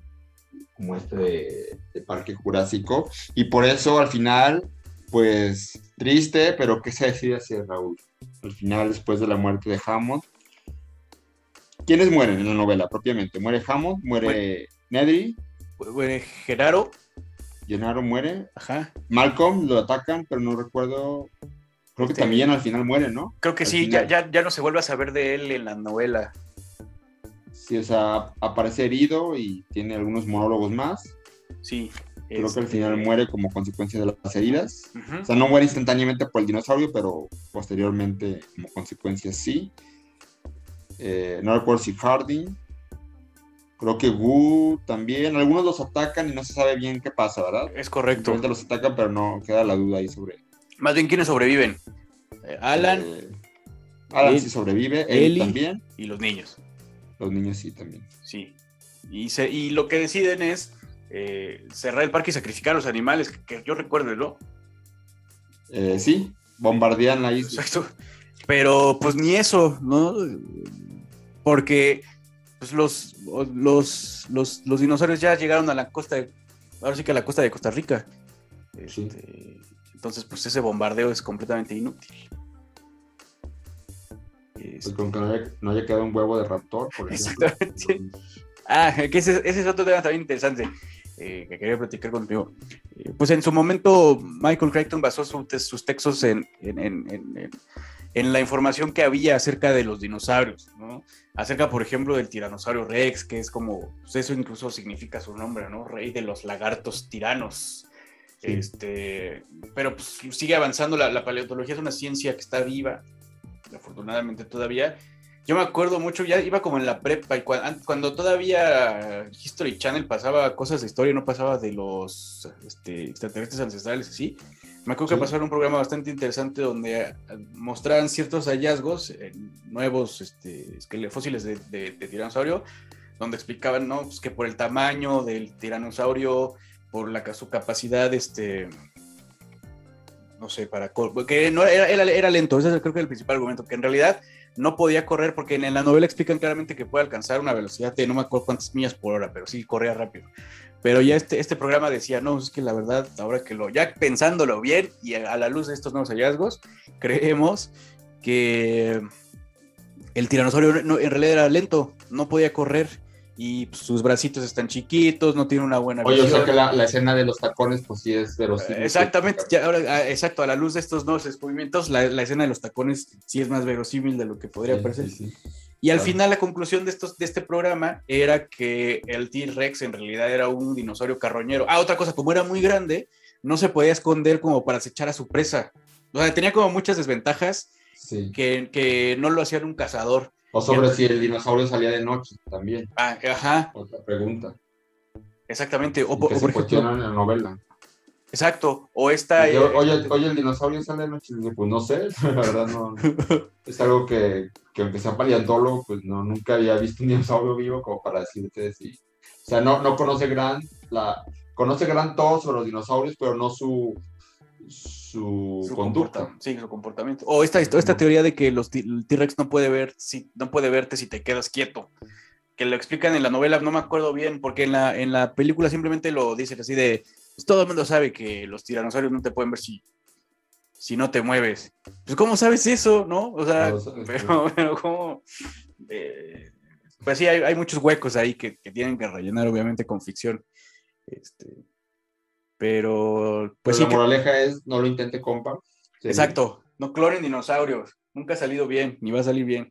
de Parque Jurásico. Y por eso al final, pues triste, pero ¿qué se decide hacer, Raúl? Al final, después de la muerte de Hammond, ¿quiénes mueren en la novela propiamente? ¿Muere Hammond? ¿Muere Nedry? Muere Gennaro. Gennaro muere. Ajá. Malcolm lo atacan, pero no recuerdo. Creo que también al final muere, ¿no? Creo que al sí, ya no se vuelve a saber de él en la novela. Sí, o sea, aparece herido y tiene algunos monólogos más. Sí. Creo que al final muere como consecuencia de las heridas. Uh-huh. O sea, no muere instantáneamente por el dinosaurio, pero posteriormente como consecuencia sí. No recuerdo si Harding. Creo que Wu también. Algunos los atacan y no se sabe bien qué pasa, ¿verdad? Es correcto. Simplemente los atacan, pero no queda la duda ahí sobre... Más bien, ¿quiénes sobreviven? Alan. Alan sí sobrevive, Ellie también. Y los niños. Los niños sí también. Sí. Y lo que deciden es cerrar el parque y sacrificar a los animales, que yo recuerdo, ¿no? Sí, bombardean la isla. Exacto. Pero pues ni eso, ¿no? Porque pues, los dinosaurios ya llegaron a la costa, ahora sí que a la costa de Costa Rica. Sí. Entonces, pues ese bombardeo es completamente inútil. Pues con que no haya quedado un huevo de raptor, por ejemplo. Exactamente. Que ese es otro tema también interesante que quería platicar contigo. Pues en su momento Michael Crichton basó sus textos en la información que había acerca de los dinosaurios, ¿no? Acerca, por ejemplo, del tiranosaurio Rex, que es como, pues eso incluso significa su nombre, ¿no? Rey de los lagartos tiranos. Sí. Pero pues sigue avanzando, la paleontología es una ciencia que está viva, afortunadamente todavía. Yo me acuerdo mucho, ya iba como en la prepa, y cuando todavía History Channel pasaba cosas de historia, no pasaba de los extraterrestres ancestrales, así. Me acuerdo que pasaron un programa bastante interesante donde mostraban ciertos hallazgos, nuevos fósiles de tiranosaurio, donde explicaban, ¿no? Pues que por el tamaño del tiranosaurio, por su capacidad, no sé, que no era lento, ese es creo que el principal argumento, que en realidad no podía correr, porque en la novela explican claramente que puede alcanzar una velocidad de no me acuerdo cuántas millas por hora, pero sí corría rápido. Pero ya este programa decía, no, es que la verdad, ahora que ya pensándolo bien y a la luz de estos nuevos hallazgos, creemos que el tiranosaurio en realidad era lento, no podía correr, y pues, sus bracitos están chiquitos, no tiene una buena visión. Oye, o sea que la escena de los tacones, pues sí es verosímil. Exactamente, exacto, a la luz de estos nuevos descubrimientos, la escena de los tacones sí es más verosímil de lo que podría parecer. Sí. Y al final la conclusión de este programa era que el T-Rex en realidad era un dinosaurio carroñero. Otra cosa, como era muy grande, no se podía esconder como para acechar a su presa. O sea, tenía como muchas desventajas que no lo hacían un cazador. O sobre si el dinosaurio salía de noche también. Ajá. Otra pregunta. Exactamente. O que se cuestionan en la novela. Exacto. O oye, el dinosaurio sale de noche. Pues no sé, la verdad no. Es algo que aunque sea paleontólogo, pues no, nunca había visto un dinosaurio vivo como para decirte si. O sea, no conoce conoce gran todo sobre los dinosaurios, pero no su conducta. Sí, su comportamiento. O esta teoría de que el T-Rex no puede verte si te quedas quieto. Que lo explican en la novela, no me acuerdo bien, porque en la película simplemente lo dicen así de, pues todo el mundo sabe que los tiranosaurios no te pueden ver si no te mueves. Pues ¿cómo sabes eso, no? O sea, pero ¿cómo? Pues sí, hay muchos huecos ahí que tienen que rellenar, obviamente, con ficción. Pero pues la moraleja es, no lo intente, compa. Sí. Exacto, no clonen dinosaurios, nunca ha salido bien, ni va a salir bien.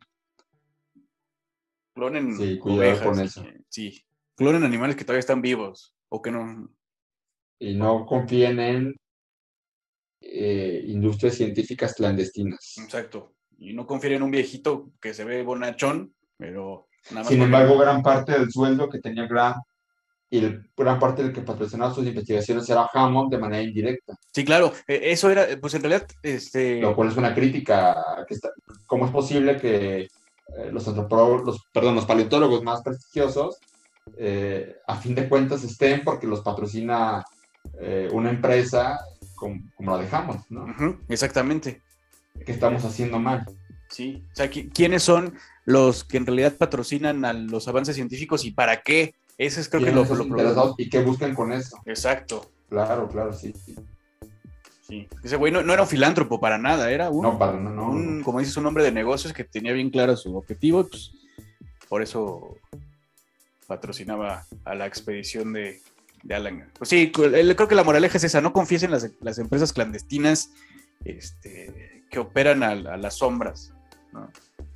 Clonen ovejas, con eso. Sí, clonen animales que todavía están vivos, o que no. Y no confíen en industrias científicas clandestinas. Exacto, y no confíen en un viejito que se ve bonachón, pero nada más. Sin embargo, gran parte del sueldo que tenía Grant y gran parte del que patrocinaba sus investigaciones era Hammond de manera indirecta. Sí, claro, eso era, pues en realidad... Lo cual es una crítica, ¿cómo es posible que los paleontólogos más prestigiosos, a fin de cuentas, estén porque los patrocina una empresa como la de Hammond, ¿no? Uh-huh, exactamente. ¿Qué estamos haciendo mal? Sí, o sea, ¿quiénes son los que en realidad patrocinan a los avances científicos y para qué? Ese es creo que lo interesados y qué buscan con eso. Exacto. Claro, sí. Sí, ese güey no era un filántropo para nada, era no. Como dices, un hombre de negocios que tenía bien claro su objetivo, pues por eso patrocinaba a la expedición de Alan. Pues sí, creo que la moraleja es esa, no confíes en las empresas clandestinas que operan a las sombras, ¿no?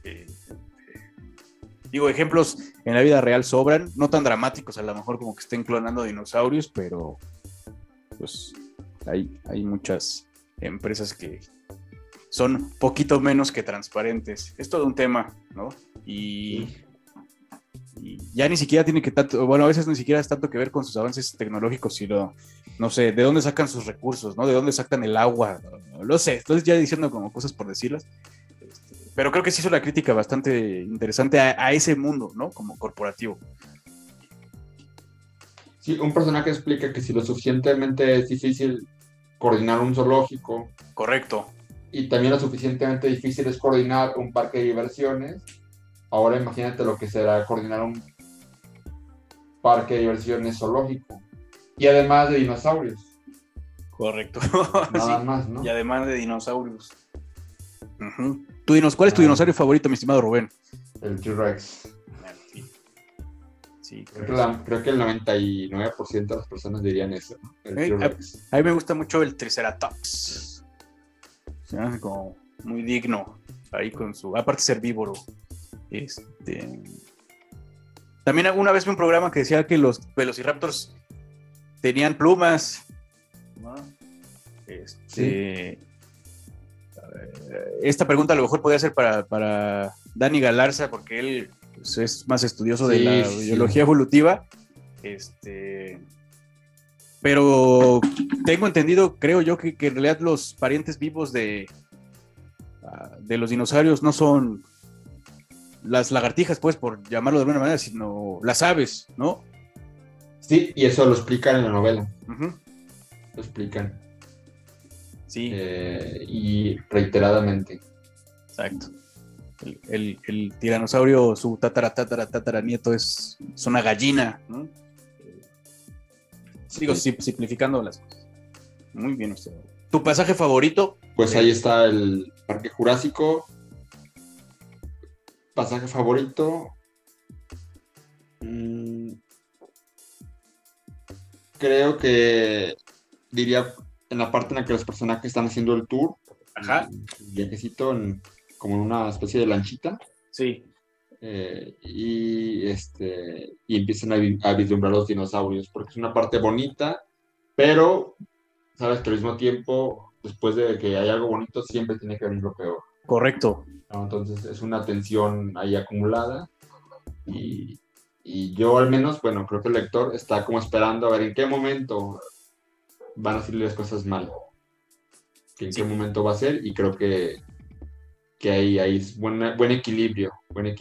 Digo, ejemplos en la vida real sobran, no tan dramáticos a lo mejor como que estén clonando dinosaurios, pero pues hay muchas empresas que son poquito menos que transparentes. Es todo un tema, ¿no? Y ya ni siquiera tiene que tanto, bueno, a veces ni siquiera es tanto que ver con sus avances tecnológicos, sino, no sé, de dónde sacan sus recursos, ¿no? De dónde sacan el agua, no lo sé, entonces ya diciendo como cosas por decirlas, pero creo que sí es una crítica bastante interesante a ese mundo, ¿no? Como corporativo. Sí, un personaje explica que si lo suficientemente es difícil coordinar un zoológico. Correcto. Y también lo suficientemente difícil es coordinar un parque de diversiones. Ahora imagínate lo que será coordinar un parque de diversiones zoológico. Y además de dinosaurios. Correcto. Nada sí. más, ¿no? Y además de dinosaurios. Uh-huh. ¿Cuál es tu dinosaurio favorito, mi estimado Rubén? El T-Rex. Sí, creo que el 99% de las personas dirían eso, ¿no? El T-Rex. A mí me gusta mucho el Triceratops. Se me hace como muy digno. Ahí con su... Aparte ser herbívoro. También alguna vez vi un programa que decía que los velociraptors tenían plumas, ¿no? Sí. Esta pregunta a lo mejor podría ser para Dani Galarza, porque él pues, es más estudioso de la biología evolutiva. Pero tengo entendido, creo yo, que en realidad los parientes vivos de los dinosaurios no son las lagartijas, pues, por llamarlo de alguna manera, sino las aves, ¿no? Sí, y eso lo explican en la novela. Uh-huh. Lo explican. Sí. Y reiteradamente. Exacto. El tiranosaurio, su tataranieto es una gallina, ¿no? Digo, simplificando las cosas. Muy bien usted. ¿Tu pasaje favorito? Pues ahí está el Parque Jurásico. Pasaje favorito. Creo que diría en la parte en la que los personajes están haciendo el tour. Ajá. Un viajecito como en una especie de lanchita. Sí. Y empiezan a vislumbrar los dinosaurios, porque es una parte bonita, pero sabes que al mismo tiempo, después de que hay algo bonito, siempre tiene que venir lo peor. Correcto. ¿No? Entonces es una tensión ahí acumulada y yo al menos, bueno, creo que el lector está como esperando a ver en qué momento van a salir las cosas mal, en qué momento va a ser, y creo que ahí es buen equilibrio.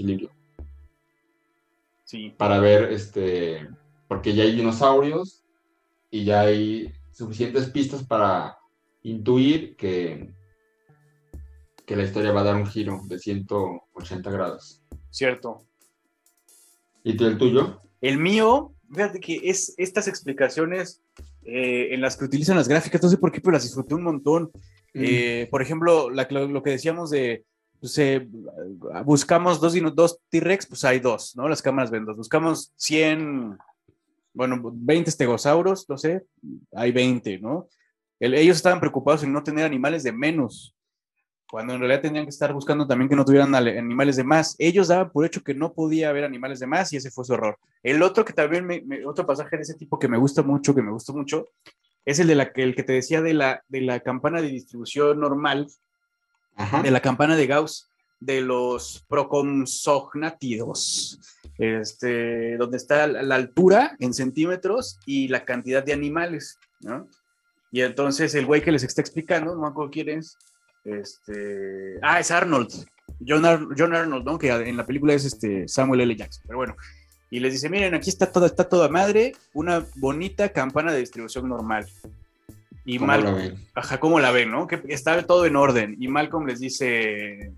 Sí. Para ver, porque ya hay dinosaurios y ya hay suficientes pistas para intuir que la historia va a dar un giro de 180 grados. Cierto. ¿Y tú, el tuyo? El mío, fíjate que es estas explicaciones en las que utilizan las gráficas, no sé por qué, pero las disfruté un montón. Por ejemplo, lo que decíamos de pues, buscamos dos T-Rex, pues hay dos, ¿no? Las cámaras ven dos. Buscamos 100, bueno, 20 estegosauros, no sé, hay 20, ¿no? Ellos estaban preocupados en no tener animales de menos, cuando en realidad tenían que estar buscando también que no tuvieran animales de más. Ellos daban por hecho que no podía haber animales de más y ese fue su error. El otro que también, otro pasaje de ese tipo que me gustó mucho, es el que te decía de la campana de distribución normal, Ajá. de la campana de Gauss, de los proconsognátidos, donde está la altura en centímetros y la cantidad de animales, ¿no? Y entonces el güey que les está explicando, no me acuerdo quién es, es Arnold, John Arnold, ¿no? Que en la película es Samuel L. Jackson, pero bueno, y les dice, miren, aquí está toda madre, una bonita campana de distribución normal. Y ¿cómo la ven, no? Que está todo en orden. Y Malcolm les dice,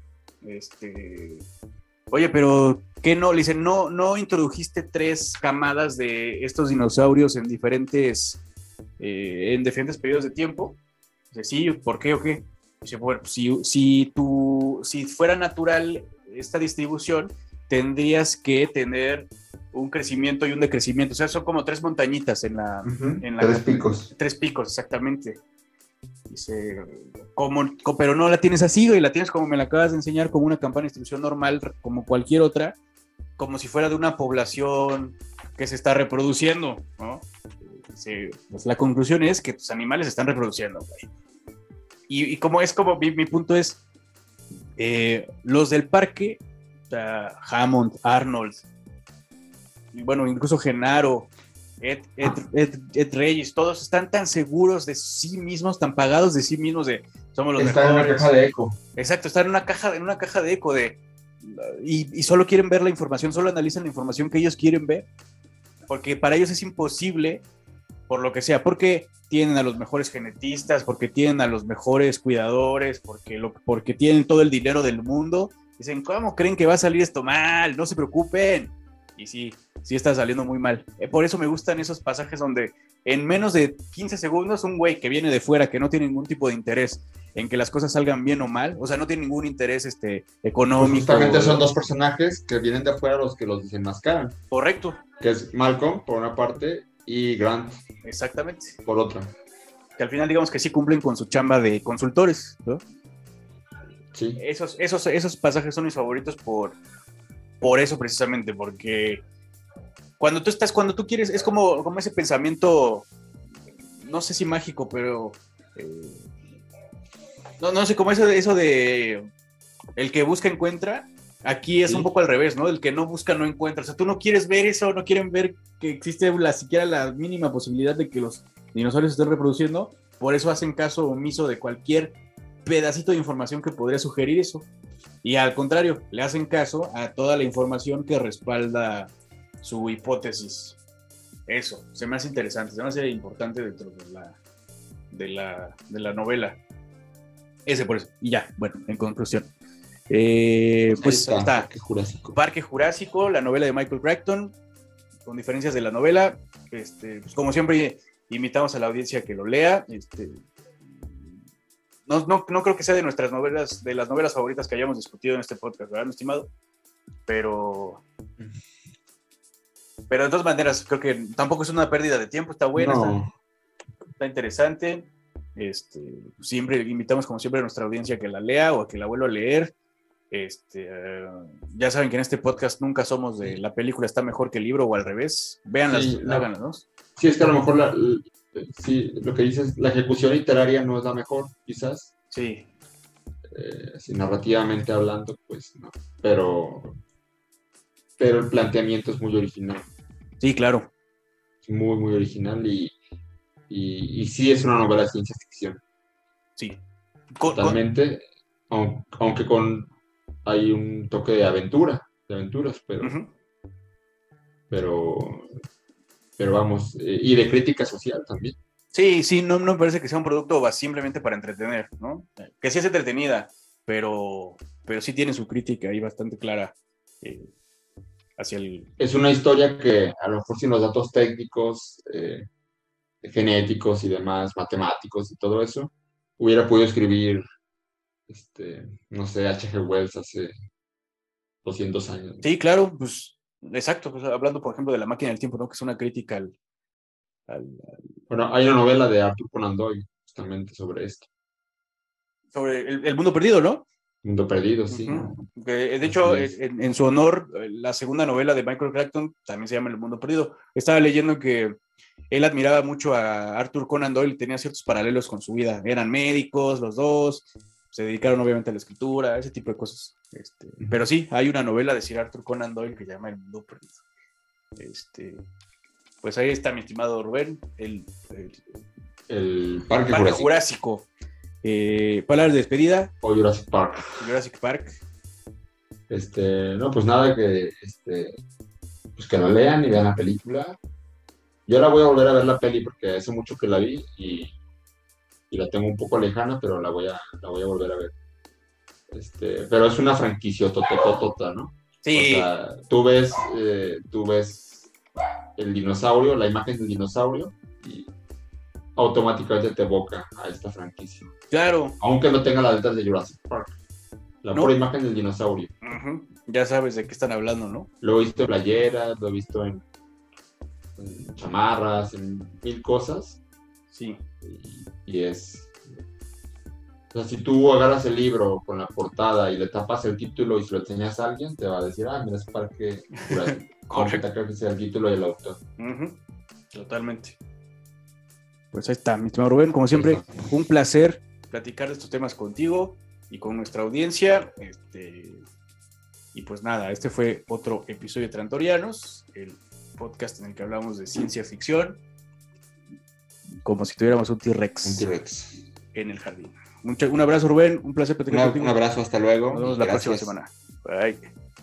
oye, pero ¿qué no? Le dice, no introdujiste 3 camadas de estos dinosaurios en diferentes periodos de tiempo. Dice, sí, ¿por qué o qué? Dice, bueno, si fuera natural esta distribución, tendrías que tener un crecimiento y un decrecimiento. O sea, son como 3 montañitas en la... Uh-huh. En 3 picos. 3 picos, exactamente. Dice, pero no la tienes así, güey, la tienes como me la acabas de enseñar, como una campana de distribución normal, como cualquier otra, como si fuera de una población que se está reproduciendo, ¿no? pues la conclusión es que tus animales se están reproduciendo, güey. Y como es como mi punto es, los del parque, o sea, Hammond, Arnold, y bueno, incluso Genaro, Ed Reyes, todos están tan seguros de sí mismos, tan pagados de sí mismos, de somos los Están mejores. en una caja de eco. Exacto, están en una caja de eco y solo quieren ver la información, solo analizan la información que ellos quieren ver, porque para ellos es imposible, por lo que sea, porque tienen a los mejores genetistas, porque tienen a los mejores cuidadores, porque tienen todo el dinero del mundo. Dicen, ¿cómo creen que va a salir esto mal? No se preocupen. Y sí está saliendo muy mal. Por eso me gustan esos pasajes donde en menos de 15 segundos un güey que viene de fuera, que no tiene ningún tipo de interés en que las cosas salgan bien o mal, o sea, no tiene ningún interés económico. Pues justamente son dos personajes que vienen de afuera los que los desenmascaran. Correcto. Que es Malcolm, por una parte, y Grant. Exactamente. Por otra. Que al final digamos que sí cumplen con su chamba de consultores, ¿no? Sí. Esos pasajes son mis favoritos por eso precisamente, porque cuando tú quieres, es como ese pensamiento, no sé si mágico, pero no sé, como eso de el que busca encuentra. Aquí es un poco al revés, ¿no? El que no busca no encuentra. O sea, tú no quieres ver eso, no quieren ver que existe siquiera la mínima posibilidad de que los dinosaurios se estén reproduciendo. Por eso hacen caso omiso de cualquier pedacito de información que podría sugerir eso. Y al contrario, le hacen caso a toda la información que respalda su hipótesis. Eso, se me hace interesante, se me hace importante dentro de la novela. Ese por eso. Y ya, bueno, en conclusión. Pues está Parque Jurásico, la novela de Michael Crichton, con diferencias de la novela. Pues como siempre, invitamos a la audiencia que lo lea. No creo que sea de nuestras novelas, de las novelas favoritas que hayamos discutido en este podcast, ¿verdad, mi estimado? Pero de todas maneras, creo que tampoco es una pérdida de tiempo, está buena, no. está interesante. Siempre invitamos, como siempre, a nuestra audiencia que la lea o a que la vuelva a leer. Ya saben que en este podcast nunca somos de la película está mejor que el libro o al revés. Véanlas, sí, háganlas, ¿no? Sí, es que a lo mejor sí, lo que dices, la ejecución literaria no es la mejor, quizás. Sí. Si narrativamente hablando, pues no. Pero el planteamiento es muy original. Sí, claro. Es muy, muy original y sí es una novela de ciencia ficción. Sí. Totalmente, aunque hay un toque de aventuras, pero, uh-huh. pero vamos, y de crítica social también. Sí, no me parece que sea un producto simplemente para entretener, ¿no? Que sí es entretenida, pero sí tiene su crítica ahí bastante clara hacia el... Es una historia que a lo mejor sin los datos técnicos, genéticos y demás, matemáticos y todo eso, hubiera podido escribir, no sé, H.G. Wells hace 200 años. Sí, claro, pues, exacto, pues, hablando por ejemplo de La máquina del tiempo, ¿no? Que es una crítica al... Bueno, hay una novela de Arthur Conan Doyle justamente sobre esto. Sobre el mundo perdido, ¿no? Mundo perdido, sí. Uh-huh. Que, de hecho, en su honor, la segunda novela de Michael Crichton también se llama El mundo perdido. Estaba leyendo que él admiraba mucho a Arthur Conan Doyle, tenía ciertos paralelos con su vida. Eran médicos los dos, se dedicaron obviamente a la escritura, ese tipo de cosas. Pero sí, hay una novela de Sir Arthur Conan Doyle que se llama El mundo perdido. Pues ahí está, mi estimado Rubén, el Parque Jurásico. Palabras de despedida. O Jurassic Park. Jurassic Park. No, pues nada, pues que lo lean y vean la película. Yo la voy a volver a ver la peli porque hace mucho que la vi y la tengo un poco lejana, pero la voy a volver a ver. Pero es una franquicia totototota, ¿no? Sí. O sea, tú ves el dinosaurio, la imagen del dinosaurio y automáticamente te evoca a esta franquicia. Claro. Aunque no tenga las letras de Jurassic Park. La pura imagen del dinosaurio. Uh-huh. Ya sabes de qué están hablando, ¿no? Lo he visto en playeras, lo he visto en chamarras, en mil cosas. Sí. Y es... O sea, si tú agarras el libro con la portada y le tapas el título y se lo enseñas a alguien, te va a decir, mira, es Parque Jurásico. Aunque te creo que sea el título y el autor. Uh-huh. Totalmente. Pues ahí está, mi estimado Rubén, como siempre, Perfecto. un placer platicar de estos temas contigo y con nuestra audiencia. Y pues nada, este fue otro episodio de Trantorianos, el podcast en el que hablamos de ciencia ficción, como si tuviéramos un Un T-Rex T-Rex. en el jardín. Un abrazo, Rubén, un placer platicar contigo. Un abrazo, hasta luego. Nos vemos la próxima Gracias. semana. Bye.